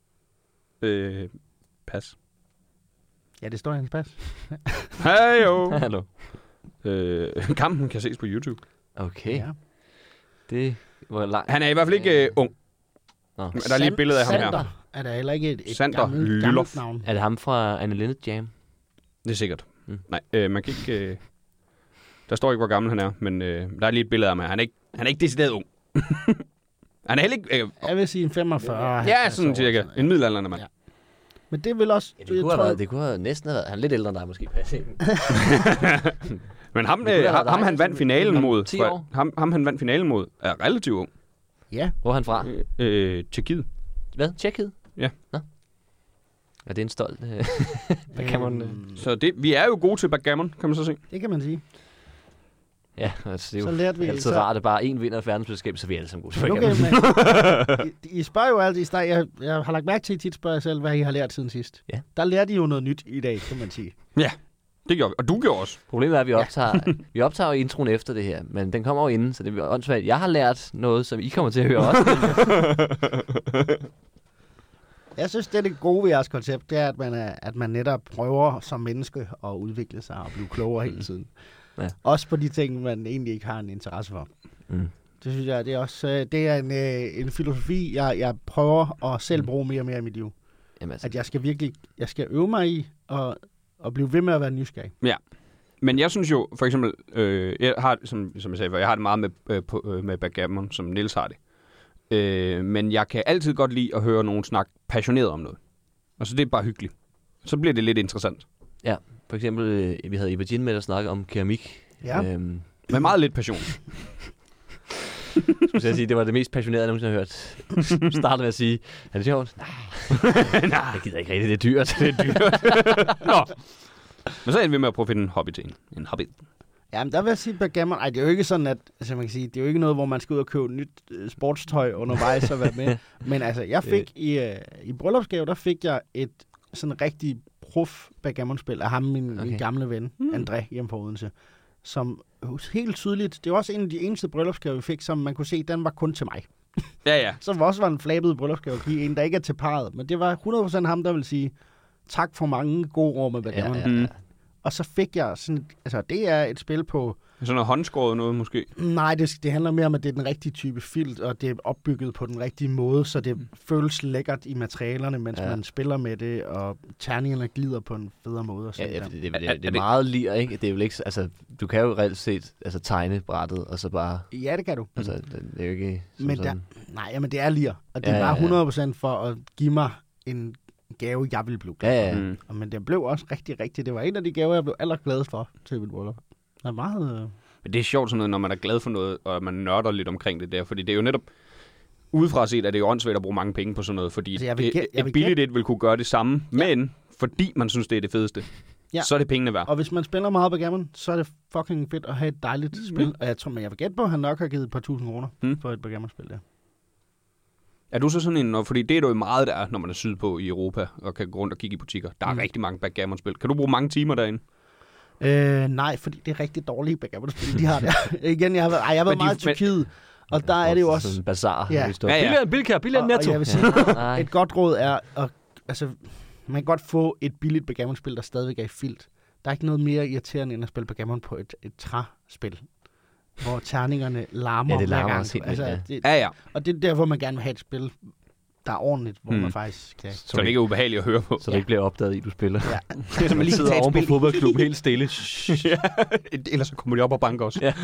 Øh, pas. Ja, det står i hans pas. Hej jo. Hallo. øh, kampen kan ses på YouTube. Okay. Ja. Det var langt. Han er i hvert fald ikke øh, ung. Nå. Men der er lige et billede af ham her. Sander er der heller ikke et, et Sander gammelt, Lylloff. gammelt navn. Er det ham fra Anne Linnet Jam? Det er sikkert. Mm. Mm. Nej, øh, man kan ikke... Øh, der står ikke, hvor gammel han er, men øh, der er lige et billede af ham her. Han er ikke, han er ikke decideret ung. han er heller ikke... Øh, Jeg vil sige en femogfyrre. ja, halvtreds sådan år, cirka. sådan En noget. middelalderende mand. Ja. Men det vil også... Ja, det, kunne have været, det kunne have næsten have været. Han er lidt ældre end dig måske. Pas ikke? Men ham, Det kunne have øh, ham, været ham dig, han vandt som- finalen som mod... ti for- år. Ham, ham han vandt finalen mod er relativt ung. Ja, Hvor er han fra? Øh, Tjekkiet. Hvad? Tjekkiet? Ja. Nå. Ja, det er en stolt... Øh, hvad kan man... Øh? Øhm, Så det, vi er jo gode til backgammon, kan man så se. det kan man sige. Ja, altså det er Så jo lærte vi- altid så- rart, at bare en vinder af verdensmesterskabet, så er vi alle sammen gode til Okay, backgammon. men I, I spørger jo altid i start. Jeg, jeg har lagt mærke til, at I tit spørger jer selv, hvad I har lært siden sidst. Ja. Der lærte I jo noget nyt i dag, kan man sige. Ja, det gjorde vi. Og du gjorde også. Problemet er, at vi optager, vi optager jo introen efter det her, men den kommer jo inden, så det er åndssvagt. Jeg har lært noget, som I kommer til at høre også. Jeg synes, det er det gode ved jeres koncept, det er, at man, er, at man netop prøver som menneske at udvikle sig og blive klogere hele tiden. Ja. Også på de ting, man egentlig ikke har en interesse for. Mm. Det synes jeg, det er også øh, det er en, øh, en filosofi, jeg, jeg prøver at selv bruge mere og mere i mit liv. Jamen, altså, At jeg skal virkelig, jeg skal øve mig i og, og blive ved med at være nysgerrig. Men jeg synes jo, for eksempel, øh, jeg har, som, som jeg sagde før, jeg har det meget med, øh, på, øh, med backgammon, som Niels har det. Øh, men jeg kan altid godt lide at høre nogen snakke passioneret om noget. Og så det er bare hyggeligt. Så bliver det lidt interessant. for eksempel, øh, vi havde Eva Jean med at snakke om keramik. Ja. Øhm, Med meget lidt passion. skulle jeg sige, det var det mest passionerede, jeg nogensinde har hørt. Startede med at sige, er det sjovt? Nej. Nej, jeg gider ikke rigtigt, det er dyrt. Det er dyrt. Nå. Men så er vi med at prøve at finde en hobby til en. En hobby. Jamen, der vil jeg sige, backgammon, ej, det er jo ikke sådan, at, altså man kan sige, det er jo ikke noget, hvor man skal ud og købe nyt øh, sportstøj undervejs og være med. Men altså, jeg fik i, øh, i bryllupsgave, der fik jeg et sådan rigtig prof backgammon-spil af ham, min, okay. min Okay. gamle ven, mm. André, hjemme fra Odense. Som helt tydeligt, det var også en af de eneste bryllupsgaver, vi fik, som man kunne se, den var kun til mig. Ja, ja. Så var også var en flabet bryllupsgave at give en, der ikke er til parret. Men det var hundrede procent ham, der vil sige, tak for mange gode år med Ja, backgammon. ja, ja. Og så fik jeg sådan, altså det er et spil på, Sådan noget håndskåret noget måske. nej, det, det handler mere om, at det er den rigtige type filt, og det er opbygget på den rigtige måde, så det mm. føles lækkert i materialerne, mens Ja. ja. man spiller med det, og terningerne glider på en federe måde. Og Ja, sådan ja, der. det, det, det, Er- det, det er er det- meget lir, ikke? Det er jo ikke, altså, du kan jo reelt set altså, tegne brættet, og så bare, Ja, det kan du. altså, det, det er jo ikke som Men der, sådan. nej, men det er lir, og det Ja, er ja, bare ja. hundrede procent for at give mig en gave, jeg ville blive glad Ja, for. ja. Mm. Og Men det blev også rigtig, rigtig, det var en af de gaver, jeg blev allergladest for til mit bryllup. Det er meget... Øh... Men det er sjovt sådan noget, når man er glad for noget, og man nørder lidt omkring det der. Fordi det er jo netop... Udefra set er det jo åndssvagt at bruge mange penge på sådan noget, fordi Altså, jeg vil det, gæt- jeg et vil billigt et vil kunne gøre det samme, men fordi man synes, det er det fedeste, Ja. så er det pengene værd. Og hvis man spiller meget backgammon, så er det fucking fedt at have et dejligt Mm. spil. Og jeg tror, men jeg vil gætte på, at han nok har givet et par tusind kroner Mm. for et backgammon-spil der. Er du så sådan en, fordi det er jo meget, der er, når man er sydpå i Europa, og kan gå rundt og kigge i butikker. Der er Mm. mm. rigtig mange backgammon-spil. Kan du bruge mange timer derinde? Øh, nej, fordi det er rigtig dårlige backgammon-spil, de har der. Igen, jeg har været, ej, jeg har været Men de- meget i men- Tyrkiet, og der er det jo også... Sådan en bazar. Ja. Ja. Ja, Ja, ja. Billigere end Bilka, billigere end Og- og Netto. jeg vil sige, Nej. Et godt råd er, at, altså, man kan godt få et billigt backgammon-spil, der stadigvæk er i filt. Der er ikke noget mere irriterende, end at spille backgammon på et, et træspil, hvor terningerne larmer Ja, det hver larmer gang. også helt altså, vildt, det, Ja, ja. Og det er derfor, man gerne vil have et spil, der er ordentligt, hvor Hmm. man faktisk kan... Så det ikke er ubehageligt at høre på. Så det ikke bliver opdaget i, du spiller. Ja. Det er som Man lige sidder tage et oven på spil. fodboldklubben helt stille. Ja, ellers så kommer de op og banker os. Ja.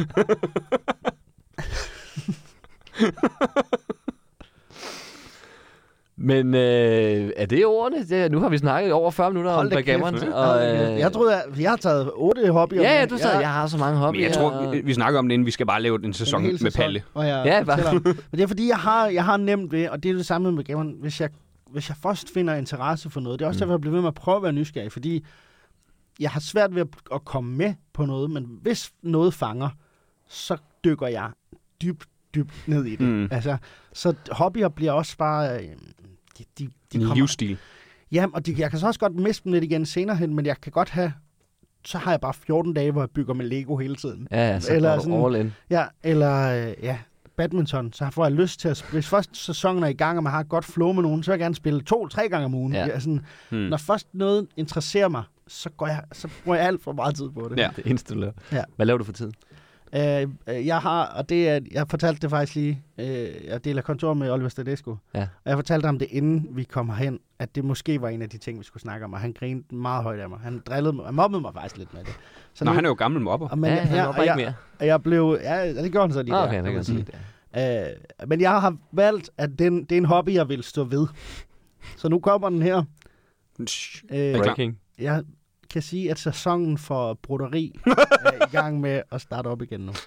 Men øh, er det ordene? Det, nu har vi snakket i over fyrre minutter Hold om da backgammon. kæft. Og, Øh, øh, jeg troede, at jeg har taget otte hobbyer. Ja, ja, med. du sagde, jeg har så mange Men hobbyer. jeg tror, og- vi, vi snakker om det, inden vi skal bare lave en sæson En hel med sæson, Palle. hvor jeg Ja, bare- fortæller om- Men det er fordi, jeg har, jeg har nemt ved, og det er det samme med backgammon, hvis jeg, hvis jeg først finder interesse for noget. Det er også Mm. derfor, jeg bliver ved med at prøve at være nysgerrig, fordi jeg har svært ved at, at komme med på noget, men hvis noget fanger, så dykker jeg dybt, dybt ned i det. Mm. Altså, så hobbyer bliver også bare... Øh, de, de, de En kommer, livsstil. ja, og de, jeg kan så også godt miste dem lidt igen senere hen, men jeg kan godt have... Så har jeg bare fjorten dage, hvor jeg bygger med Lego hele tiden. Ja, ja, så Eller eller sådan- all in. Ja, eller øh, ja, badminton, så får jeg lyst til at... Hvis først sæsonen er i gang, og man har et godt flow med nogen, så vil jeg gerne spille to-tre gange om ugen. Ja. Ja, sådan, Hmm. Når først noget interesserer mig, så, går jeg, så bruger jeg alt for meget tid på det. Ja. Det eneste, du laver. Ja. Hvad laver du for tiden? Øh, øh, jeg har, og det er, jeg fortalte det faktisk lige, øh, jeg deler kontor med Oliver Stadesco, Ja. og jeg fortalte ham det, inden vi kommer hen, at det måske var en af de ting, vi skulle snakke om, og han grinede meget højt af mig. Han drillede mig, han mobbede mig faktisk lidt med det. Så Nå, nu- han er jo gammel mobber. og, Men, ja, han jeg, var og bare ikke jeg, mere. og jeg blev, ja, det gjorde han så lige Ah, der, okay, det kan kan man jeg sige. sige. Øh, men jeg har valgt, at den, det er en hobby, jeg vil stå ved. Så nu kommer den her. Shh. Øh, klar? Breaking. jeg kan sige, at sæsonen for broderi er i gang med at starte op igen nu.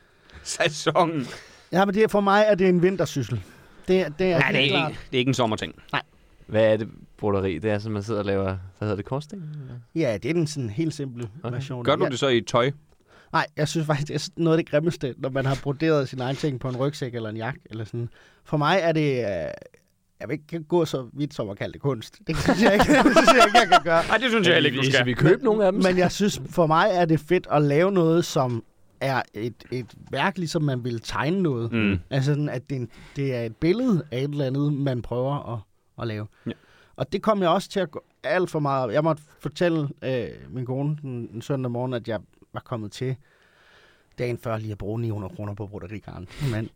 Sæsonen. Ja, men det er, for mig er det en vintersyssel. Det, det er Nej, det er, helt ikke, klart. det er ikke en sommerting. Hvad er det, broderi? Det er, som man sidder og laver, hvad hedder det, korsting? Ja, det er den sådan helt simple Okay. version. Gør du jeg, det så i tøj? Nej, jeg synes faktisk, det er noget af det grimmeste, når man har broderet sin egen ting på en rygsæk eller en jakke. Eller sådan. For mig er det... Øh, jeg vil ikke gå så vidt som at kalde det kunst. Det synes jeg ikke, det synes jeg, ikke jeg kan gøre. Nej, det synes jeg heller ikke, du Skal skal. vi købe nogle af dem? Men jeg synes, for mig er det fedt at lave noget, som er et, et værk, ligesom man vil tegne noget. Mm. Altså sådan, at det, er en- det er et billede af et eller andet, man prøver at, at lave. Ja. Og det kom jeg også til at gå alt for meget. Jeg måtte fortælle øh, min kone en, en søndag morgen, at jeg var kommet til dagen før lige at bruge ni hundrede kroner på broderigarn. Men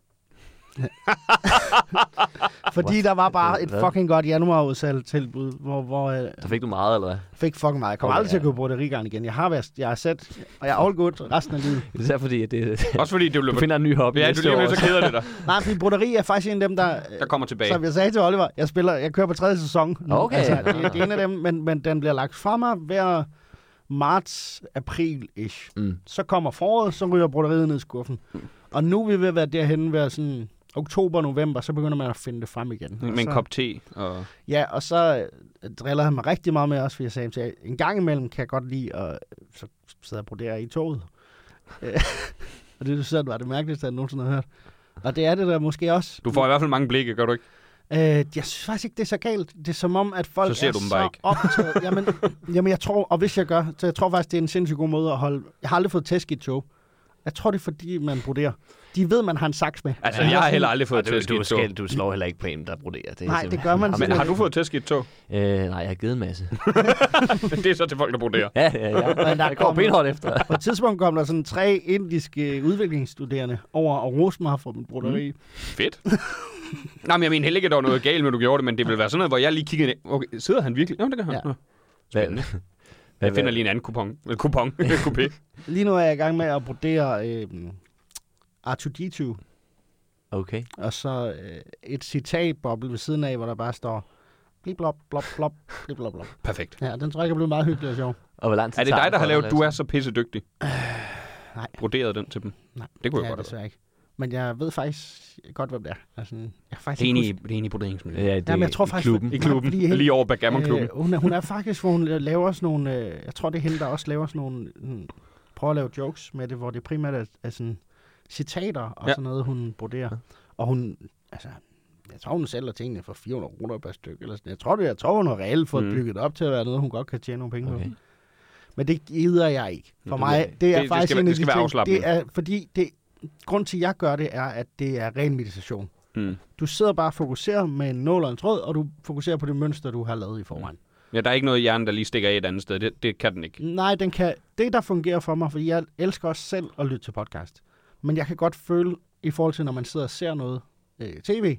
fordi der var bare et Hvad? fucking godt januarudsalg tilbud, hvor, hvor øh, Der fik du meget, eller hvad? fik fucking meget. Jeg kommer Okay, aldrig til at ja. købe broderigarn igen. Jeg har været, jeg har sat, og jeg er all good resten af livet. Det er fordi, at det, Også fordi det du bliver... finder en ny hobby Ja, du næste lige år om lidt, så også. keder det dig. Nej, fordi broderi er faktisk en af dem, der... Der kommer tilbage. Som jeg sagde til Oliver, jeg spiller, jeg kører på tredje sæson. nu. Okay. Altså, det, det er en af dem, men, men den bliver lagt fra mig hver marts-april-ish. Mm. Så kommer foråret, så ryger broderiet ned i skuffen. Og nu er vi ved at være derhenne ved sådan oktober-november, så begynder man at finde det frem igen. Med Og en så, kop te. Og... Ja, og så øh, driller han mig rigtig meget med også, fordi jeg sagde til jer, en gang imellem kan jeg godt lide at så sidde og brodere i toget. Øh, og det, du sagde, var det mærkeligste, jeg nogensinde har hørt. Og det er det der måske også. Du får i hvert fald mange blikke, gør du ikke? Øh, jeg synes faktisk ikke, det er så galt. Det er som om, at folk Så ser er du dem så bare ikke. optaget. Jamen, jamen, jeg tror, og hvis jeg gør, så jeg tror faktisk, det er en sindssygt god måde at holde... Jeg har aldrig fået tæsk i et tog. Jeg tror, det er fordi, man broderer. De ved, man har en saks med. Altså, Ja, jeg har sådan- heller aldrig fået Og du, tæsk i du, et tog. skal, du slår heller ikke på en, der broderer. Det er Nej, det simpelthen- gør man Jamen, Men simpelthen har du fået tæsk i et tog? Øh, nej, jeg har givet en masse. Det er så til folk, der broderer. Ja, ja, ja. Men der Jeg går kommer- benhårdt efter. På et tidspunkt kom der sådan tre indiske udviklingsstuderende over og roste mig for min broderi. Mm. Fedt. Nej, men jeg mener heller ikke, at der var noget galt med, at du gjorde det, men det ville være sådan noget, hvor jeg lige kiggede ind. Okay, sidder han virkelig? Jo, det kan han. Ja. Ja. Hvad, Spændende. hvad, Jeg finder lige en anden kupon. Eller kupon. Coupé. Lige nu er jeg i gang med at brodere øh, R to D to, Okay. og så øh, et citatboble ved siden af, hvor der bare står blip blop blop blop blip blop blop. Perfekt. Ja, den tror jeg kan blive meget hyggelig og sjov. Og hvor lang tid Er det tager dig, der har for at lavet, du er så pissedygtig? Nej. Broderet den til dem? Nej, Det kunne jeg det er godt have desværre ikke. Men jeg ved faktisk godt, hvem det er. Altså, jeg har faktisk Det er ikke inde i, husket- det er inde i broderingsmiljøet. Ja, det Jamen, jeg tror i faktisk, klubben. I Nej, klubben. fordi hende- Lige over Backgammon-klubben. Øh, hun, er, hun er faktisk, hvor hun laver sådan nogle... Øh, jeg tror, det er hende, der også laver sådan nogle... Hmm, prøver at lave jokes med det, hvor det primært er, er sådan citater og Ja. sådan noget, hun broderer. Og hun... Altså, jeg tror, hun sælger tingene for fire hundrede kroner per stykke. Eller sådan. Jeg tror, det, jeg tror, hun har reelt fået Mm. mm. bygget op til at være noget, hun godt kan tjene nogle penge på. Okay. Men det gider jeg ikke. For Det mig, ved jeg. det er Det- det faktisk skal være- en af det skal de være ting- afslappende. Det er, fordi det, grund til, at jeg gør det, er, at det er ren meditation. Mm. Du sidder bare og fokuserer med en nål og en tråd, og du fokuserer på det mønster, du har lavet i forvejen. Ja, der er ikke noget i hjernen, der lige stikker af et andet sted. Det, det kan den ikke. Nej, den kan, det der fungerer for mig, fordi jeg elsker også selv at lytte til podcast. Men jeg kan godt føle, i forhold til når man sidder og ser noget øh, tv,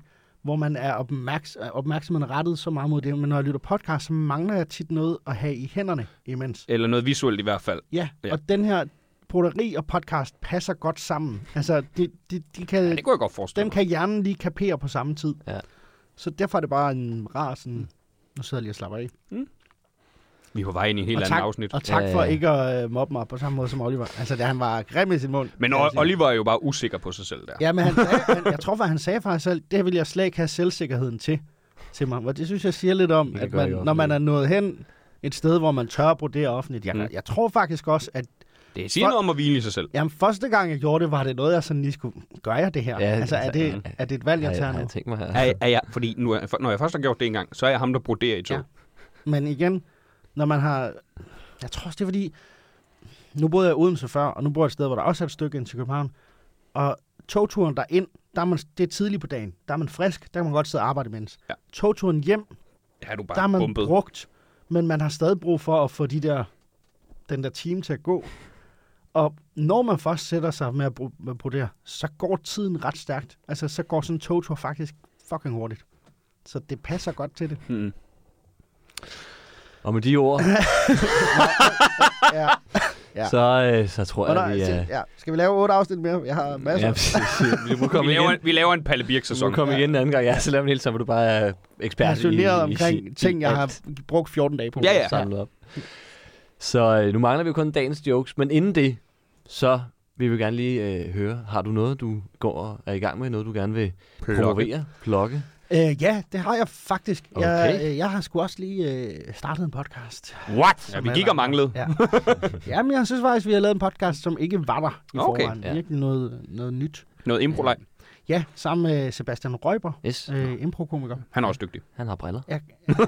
hvor man er opmærks- opmærksomheden rettet så meget mod det. Men når jeg lytter podcast, så mangler jeg tit noget at have i hænderne imens. Eller noget visuelt i hvert fald. Ja, Ja. ja. og den her broderi og podcast passer godt sammen. Altså, de, de, de kan, Ja, det kunne jeg godt forestille dem mig. kan hjernen lige kapere på samme tid. Ja. Så derfor er det bare en rar sådan... Nu sidder jeg lige og slapper af. Vi er på vej ind i en helt Og anden tak, afsnit. og tak Ja, ja, for ja. ikke at uh, mobbe mig på samme måde som Oliver. Altså, det, han var grim i sin mund. Men kan jeg O- sige. Oliver er jo bare usikker på sig selv der. Ja, men han sagde, han, jeg tror faktisk, han sagde faktisk selv, det vil jeg slet ikke have selvsikkerheden til, til mig. Og det synes jeg siger lidt om, Det at gør man, jeg når man er offentligt. nået hen et sted, hvor man tør at brodere offentligt. Jeg, Mm. mm. jeg tror faktisk også, at Det siger For- noget om at hvile i sig selv. jamen, første gang jeg gjorde det, var det noget, jeg sådan lige skulle... Gør jeg det her? Ja, altså, er altså, det, ja. er det et valg, jeg Har tager jeg, har nu? jeg tænkt mig her. Er, er jeg, fordi nu er, når jeg først har gjort det en gang, så er jeg ham, der broderer i tog. Ja. Men igen, når man har... Jeg tror også, det er fordi... Nu boede jeg i Odense før, og nu bor jeg et sted, hvor der også er et stykke ind til København. Og togturen derind, der er man, det er tidligt på dagen. Der er man frisk, der kan man godt sidde og arbejde imens. Ja. Togturen hjem, Der er du bare der er man bumpet. brugt, men man har stadig brug for at få de der, den der time til at gå. Og når man først sætter sig med at, bro- med at brodere, så går tiden ret stærkt. Altså, så går sådan en togtur faktisk fucking hurtigt. Så det passer godt til det. Mm. Og med de ord, Ja. Ja. så, øh, så tror Og jeg, der, vi er... ja. Skal vi lave otte afsnit mere? Jeg har masser. Ja, præcis. Vi må Vi, komme laver, igen. vi laver en Palle Vi Birk-sæson. må komme igen en anden gang. Ja, så laver vi en hel sammen, hvor du bare er ekspert Passioneret i, omkring i, ting, jeg har alt. brugt fjorten dage på. Ja, ja. Samlet op. Så øh, nu mangler vi jo kun dagens jokes, men inden det, så vil vi gerne lige øh, høre, har du noget, du går og er i gang med, noget du gerne vil promovere, plukke? Øh, ja, det har jeg faktisk. Jeg, Okay. øh, jeg har sgu også lige øh, startet en podcast. What? Ja, Som vi er gik der. og manglede. Ja. Jamen, jeg synes faktisk, vi har lavet en podcast, som ikke var der i Okay, forvejen. ja. Virkelig noget, noget nyt. Noget improleg. Ja, sammen med Sebastian Røiber, Yes, øh, improkomiker. Han er også dygtig. han har briller. Ja,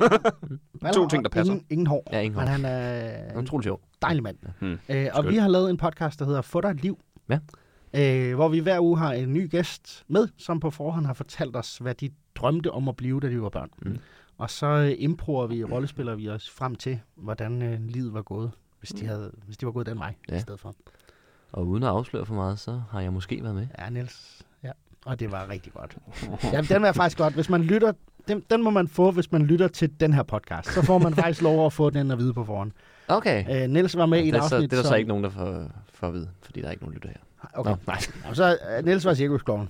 To ting, der passer. Ingen, ingen hår, Ja, ingen men hår. han er en Utroligt sjov. dejlig mand. Hmm. Øh, og Skønt. vi har lavet en podcast, der hedder Få dig et liv. Ja. Øh, hvor vi hver uge har en ny gæst med, som på forhånd har fortalt os, hvad de drømte om at blive, da de var børn. Mm. Og så øh, improver vi, rollespiller vi os frem til, hvordan øh, livet var gået, hvis de, havde, hvis de var gået den vej Ja. i stedet for. Og uden at afsløre for meget, så har jeg måske været med. Ja, Niels. Ja. Og det var rigtig godt. Ja, den er faktisk godt. Hvis man lytter, den, den må man få, hvis man lytter til den her podcast. Så får man faktisk lov at få den at vide på forhånd. Okay. Øh, Niels var med i det, et er så, afsnit, det er der så som- ikke nogen, der får, får at vide, fordi der er ikke nogen lytter her. Okay. Nå, nej. Jamen, så uh, Niels var cirkuskloven.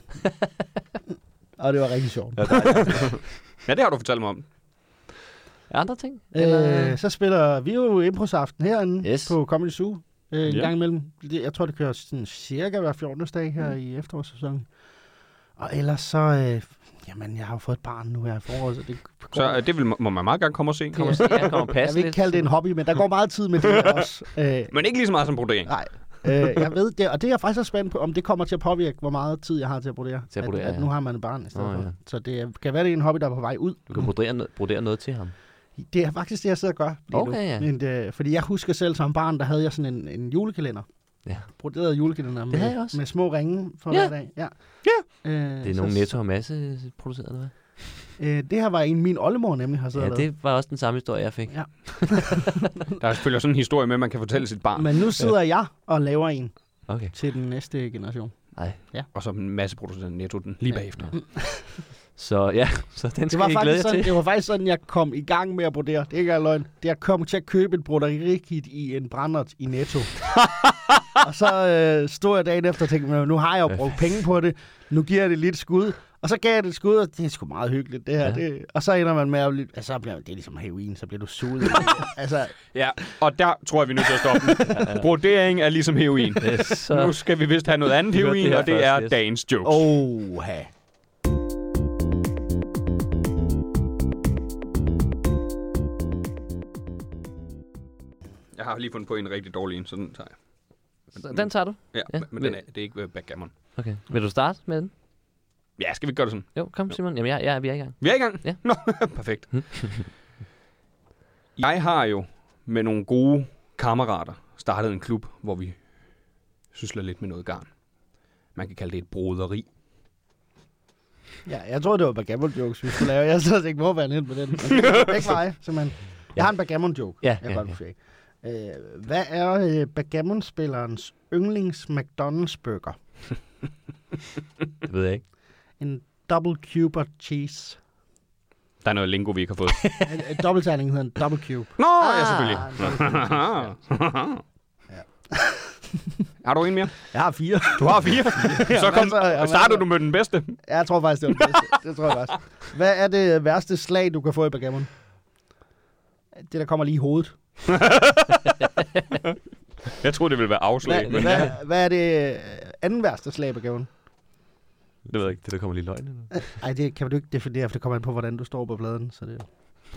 Og det var rigtig sjovt. Ja, det har du fortalt mig om. Andre ting? Eller? Øh, så spiller vi jo Improsaften herinde Yes. på Comedy Zoo øh, en Ja. gang imellem. Det- Jeg tror, det kører sådan cirka hver fjortende dag her mm. i efterårssæsonen. Og ellers så... Øh, jamen, jeg har jo fået et barn nu her i foråret, så det går... Så øh, det vil, må man meget gerne komme og se. Kommer, ja, kommer jeg passe vil ikke lidt. kalde det en hobby, men der går meget tid med det her også. Øh, Men ikke lige så meget som brodering. nej, øh, jeg ved det, og det er jeg faktisk også spændt på, om det kommer til at påvirke, hvor meget tid jeg har til at brodere. Til at brodere, at, at ja. nu har man et barn i stedet Nå, for. ja. Så det er- kan være, det er en hobby, der er på vej ud. Du kan brodere, noget- brodere noget til ham. Det er faktisk det, jeg sidder og gør lige Okay, nu. ja. Men det, fordi jeg husker selv som barn, der havde jeg sådan en, en julekalender. Ja. Broderet julekalender med, havde jeg også. med små ringe for Ja. hver dag. Ja. ja. Øh, Det er så- nogle Netto og Masse produceret, eller hvad? Øh, det her var en, min oldemor nemlig har siddet Ja, og lavet. det var også den samme historie, jeg fik. Ja. Der er selvfølgelig sådan en historie med, at man kan fortælle sit barn. Men nu sidder ja. jeg og laver en Okay. til den næste generation. Nej. Og så en masse producent Netto den lige Ja. bagefter. Så ja, så den Det skal var, I glæde faktisk jer sådan, til. det var faktisk sådan, jeg kom i gang med at brodere. Det er ikke engang løgn. Det er, jeg kom til at købe et broderikit i en brændert i Netto. Og så øh, stod jeg dagen efter og tænkte, "Men nu har jeg jo brugt penge på det. Nu giver jeg det lidt skud. Og så gav jeg det et skud, og det er sgu meget hyggeligt, det her. Ja. Det, og så ender man med at blive... Altså, så bliver, det er ligesom heroin, så bliver du suget. altså, Ja, og der tror jeg, vi er nødt til at stoppe den. Brodering er ligesom heroin. Yes, så Nu skal vi vist have noget andet Vi hørte det heroin, her og det først, er yes. dagens jokes. oha. Jeg har lige fundet på en rigtig dårlig en, så den tager jeg. så den tager du? Ja, Ja, men den er, det er ikke uh, backgammon. Okay. Vil du starte med den? Ja, skal vi gøre det sådan? Jo, kom Simon. Jamen, jeg, jeg, vi er i gang. Vi er i gang? Ja. Nå, perfekt. Jeg har jo med nogle gode kammerater startet en klub, hvor vi sysler lidt med noget garn. Man kan kalde det et broderi. Ja, jeg tror, det var backgammon jokes, vi skulle lave. Jeg sad og tænkte, hvor var jeg nede med den? Men Ikke veje, simpelthen. Jeg har en backgammon joke. Ja, jeg ja, godt ja. sige. Øh, hvad er øh, backgammon-spillerens yndlings McDonald's burger? Det ved jeg ikke. En double cuber cheese. Der er noget lingo, vi ikke har fået. Dobbeltterning hedder en double cube. Nå, Ah, ja, selvfølgelig. Har du en mere? Jeg har fire. Du har fire. Så kom, masser, jeg har starter masser. du med den bedste. Ja, jeg tror faktisk, det var det bedste. Det tror jeg faktisk. Hvad er det værste slag, du kan få i backgammon? Det, der kommer lige i hovedet. Jeg tror det ville være afslag, Hvad, men hvad, hvad er det øh, anden værste slag i backgammon? Det ved jeg ikke. Det, der kommer lige løgn. Eller? Ej, det kan du ikke definere, for det kommer an på, hvordan du står på bladen. Så det...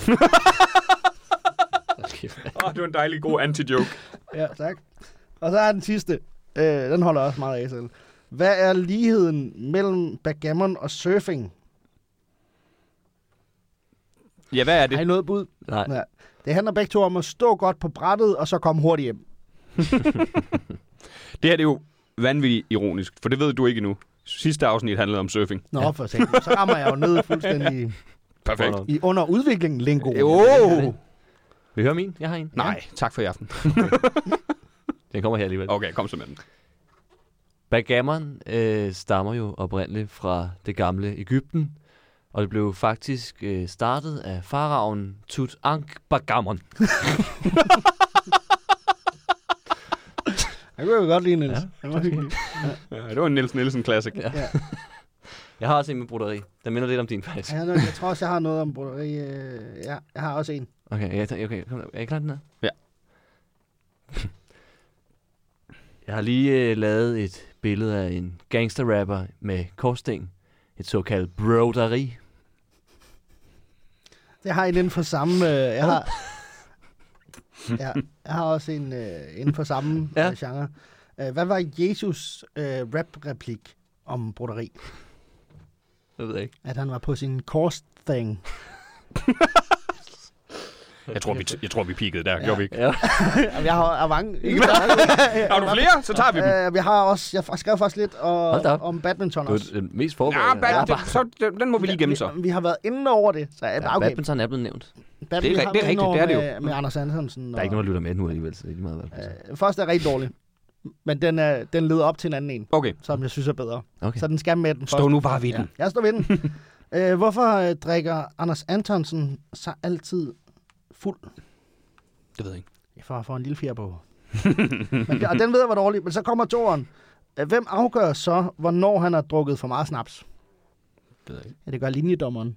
Åh, det var en dejlig god anti-joke. Ja, tak. Og så er den sidste. Øh, den holder også meget af selv. Hvad er ligheden mellem backgammon og surfing? Ja, hvad er Har I det? noget bud? Nej. Ja. Det handler begge to om at stå godt på brættet, og så komme hurtigt hjem. Det her det er jo vanvittigt ironisk, for det ved du ikke endnu. Sidste afsnit handlede om surfing. Nå, ja. For eksempel. Så rammer jeg jo ned fuldstændig Perfekt. i under udviklingen lingo. Jo! Vil I høre min? Jeg har en. Nej, tak for i aften. Den kommer her alligevel. Okay, kom så med den. Backgammon øh, stammer jo oprindeligt fra det gamle Egypten, og det blev faktisk øh, startet af faraoen Tutankhamun. Jeg kunne jo godt lide Niels. Ja. Det var hyggeligt. Ja, det var en Niels Nielsen Classic. Ja. Jeg har også en med broderi. Den minder lidt om din, faktisk. Ja, jeg tror også, jeg har noget om broderi. øh, Ja, jeg har også en. Okay, jeg, okay, kom, er I klar den her? Ja. Jeg har lige øh, lavet et billede af en gangsterrapper med korsting. Et såkaldt broderi. Jeg har en inden for samme... Øh, jeg har... Ja, jeg har også en øh, inden for samme Ja. øh, genre. Øh, hvad var Jesus øh, rap-replik om broderi? Jeg ved ikke. At han var på sin kors-thing. Jeg tror, vi, jeg tror, vi peakede der, ja. Gjorde vi ikke? Ja. Jamen, jeg har, jeg har mange... Har du flere? Så tager vi dem. Øh, jeg har også... Jeg skrev faktisk lidt og, Hold da op. om badminton Du er også. den mest Ja, forberedte. bad, Ja, det, så, den, den må vi lige gemme så. Vi, vi har været inde over det. Så, ja, okay, badminton er blevet nævnt. Bad, det er vi ri- har det er været inde rigtigt, over det er det jo. Med, med Anders Antonsen. Der er ikke nogen, der lytter med nu alligevel, så det er lige meget hvad. Øh, første er rigtig dårlig. Men den, er, den leder op til en anden en, Okay, som jeg synes er bedre. Okay. Så den skal med den første. stå nu bare ved Ja, den. jeg står ved den. øh, hvorfor øh, drikker Anders Antonsen sig altid fuld? Det ved jeg ikke. Jeg får, får en lille fjer på. men, og den ved jeg, var dårlig. Men så kommer toeren. Øh, Hvem afgør så, hvornår han har drukket for meget snaps? Det ved jeg ikke. Ja, det gør linjedommeren.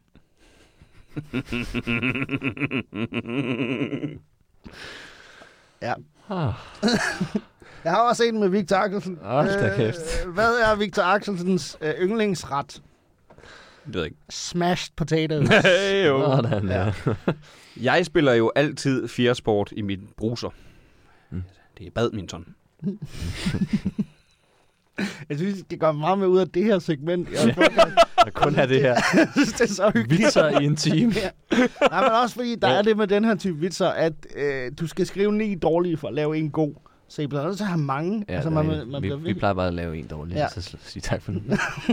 Ja. Ah, Jeg har også en med Victor Axelsen. Hold da kæft. Øh, hvad er Victor Axelsens øh, yndlingsret? Det ved jeg ikke. Smashed potatoes. Hey, jo. sådan der. Jeg spiller jo altid fjersport i min bruser. Mm. Det er badminton. Jeg synes, det går meget med ud af det her segment. Jeg Der kun er det her. synes, det er så hyggeligt. Vitser i en time. Nej, men også fordi, der er det med den her type vitser, at øh, du skal skrive ni dårlige for at lave en god. Så I bliver nødt til at have mange. Ja, altså, man, man, man vi, bliver vi plejer bare at lave en dårlig, Ja. ja. så sige tak for nu.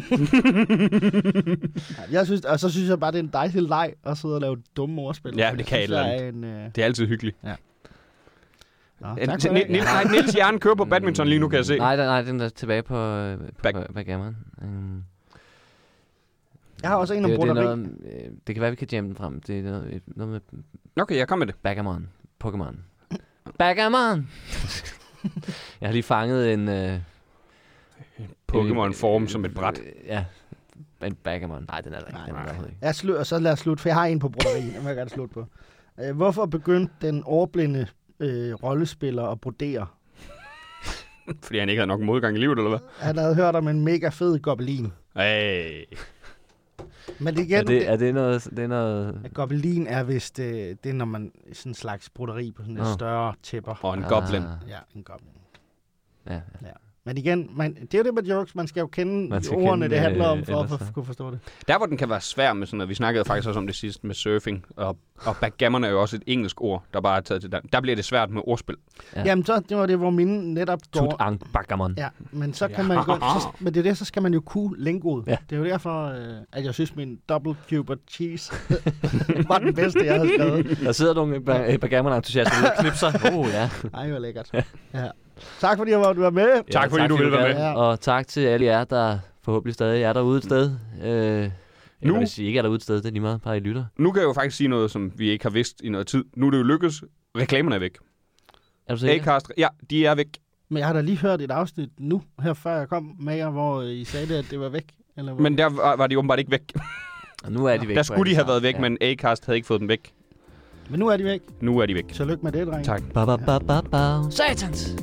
jeg synes, og så synes jeg bare, det er en dejlig leg at sidde og lave dumme ordspil. Ja, det kan Jeg et eller synes, andet. det er en, øh... Det er altid hyggeligt. Nå, Øh, tak for Ni- det. Ni- nej, Niels Jern kører på badminton lige nu, kan jeg se. Nej, nej, nej, den er tilbage på, øh, på Back- backgammon. Um, Jeg har også en om det, det, er broderi. noget, øh, det kan være, vi kan jamme den frem. Det er noget, et- noget med Okay, jeg kommer med det. backgammon. Pokémon. Backgammon! Jeg har lige fanget en... Øh, Pokémon-form som et bræt. Øh, ja, en backgammon. Nej, den er der ikke. Nej, Den er der nej. overhovedet ikke. Jeg slu- og så lad os slutte, for jeg har en på broderi. Den vil jeg gerne slutte på. Øh, hvorfor begyndte den overblinde øh, rollespiller at brodere? Fordi han ikke havde nok modgang i livet, eller hvad? Han havde hørt om en mega fed gobelin. Hey. Men det Er igen, det, er det noget... Det er noget at gobelin er vist, øh, det er når man sådan en slags broderi på sådan et Nå. større tæpper. Og en goblin. Ah, Ja, en goblin. ja, ja. Men igen, man, det er jo det med jokes, man skal jo kende Man skal ordene, kende, det handler om, øh, for at ellers for, så. kunne forstå det. Der, hvor den kan være svær med sådan noget, vi snakkede faktisk også om det sidste med surfing, og, og backgammon er jo også et engelsk ord, der bare er taget til der. Der bliver det svært med ordspil. Ja. Ja. Jamen, så det var det, hvor mine netop går. Tutankhamun. Ja, men så kan man godt, så, men det er det, så skal man jo kunne lingoet. Ja. Det er jo derfor, øh, at jeg synes, min double cuber cheese var den bedste, jeg havde skrevet. Der sidder nogle ba- backgammon-entusiaster og knipser. Oh, ja. Ej, hvor lækkert. Ja. Tak fordi jeg var, du var med. Tak, fordi du ville være gad. med. Og tak til alle jer, der forhåbentlig stadig er derude et sted. Øh, Eller Nu- hvis I ikke er derude et sted, det er lige meget, bare I lytter. Nu kan jeg jo faktisk sige noget, som vi ikke har vidst i noget tid. Nu er det jo lykkedes. Reklamerne er væk. Er du sikker? Acast, ja, de er væk. Men jeg har da lige hørt et afsnit nu, her før jeg kom med jer, hvor I sagde det, at det var væk. Eller hvor... Men der var, var de åbenbart ikke væk. Og nu er de væk. Der på skulle de alle have været sammen. væk, Ja. men Acast havde ikke fået dem væk. Men nu er de væk. Nu er de væk. Tillykke med det, dreng. Tak. Ba, ba, ba, ba, ba. Satans! Det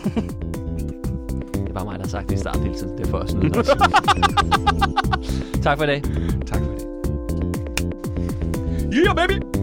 er bare mig, der har sagt det i starten hele tiden. Det er for at snyde dig. Tak for i dag. Tak for det. Yeah, baby!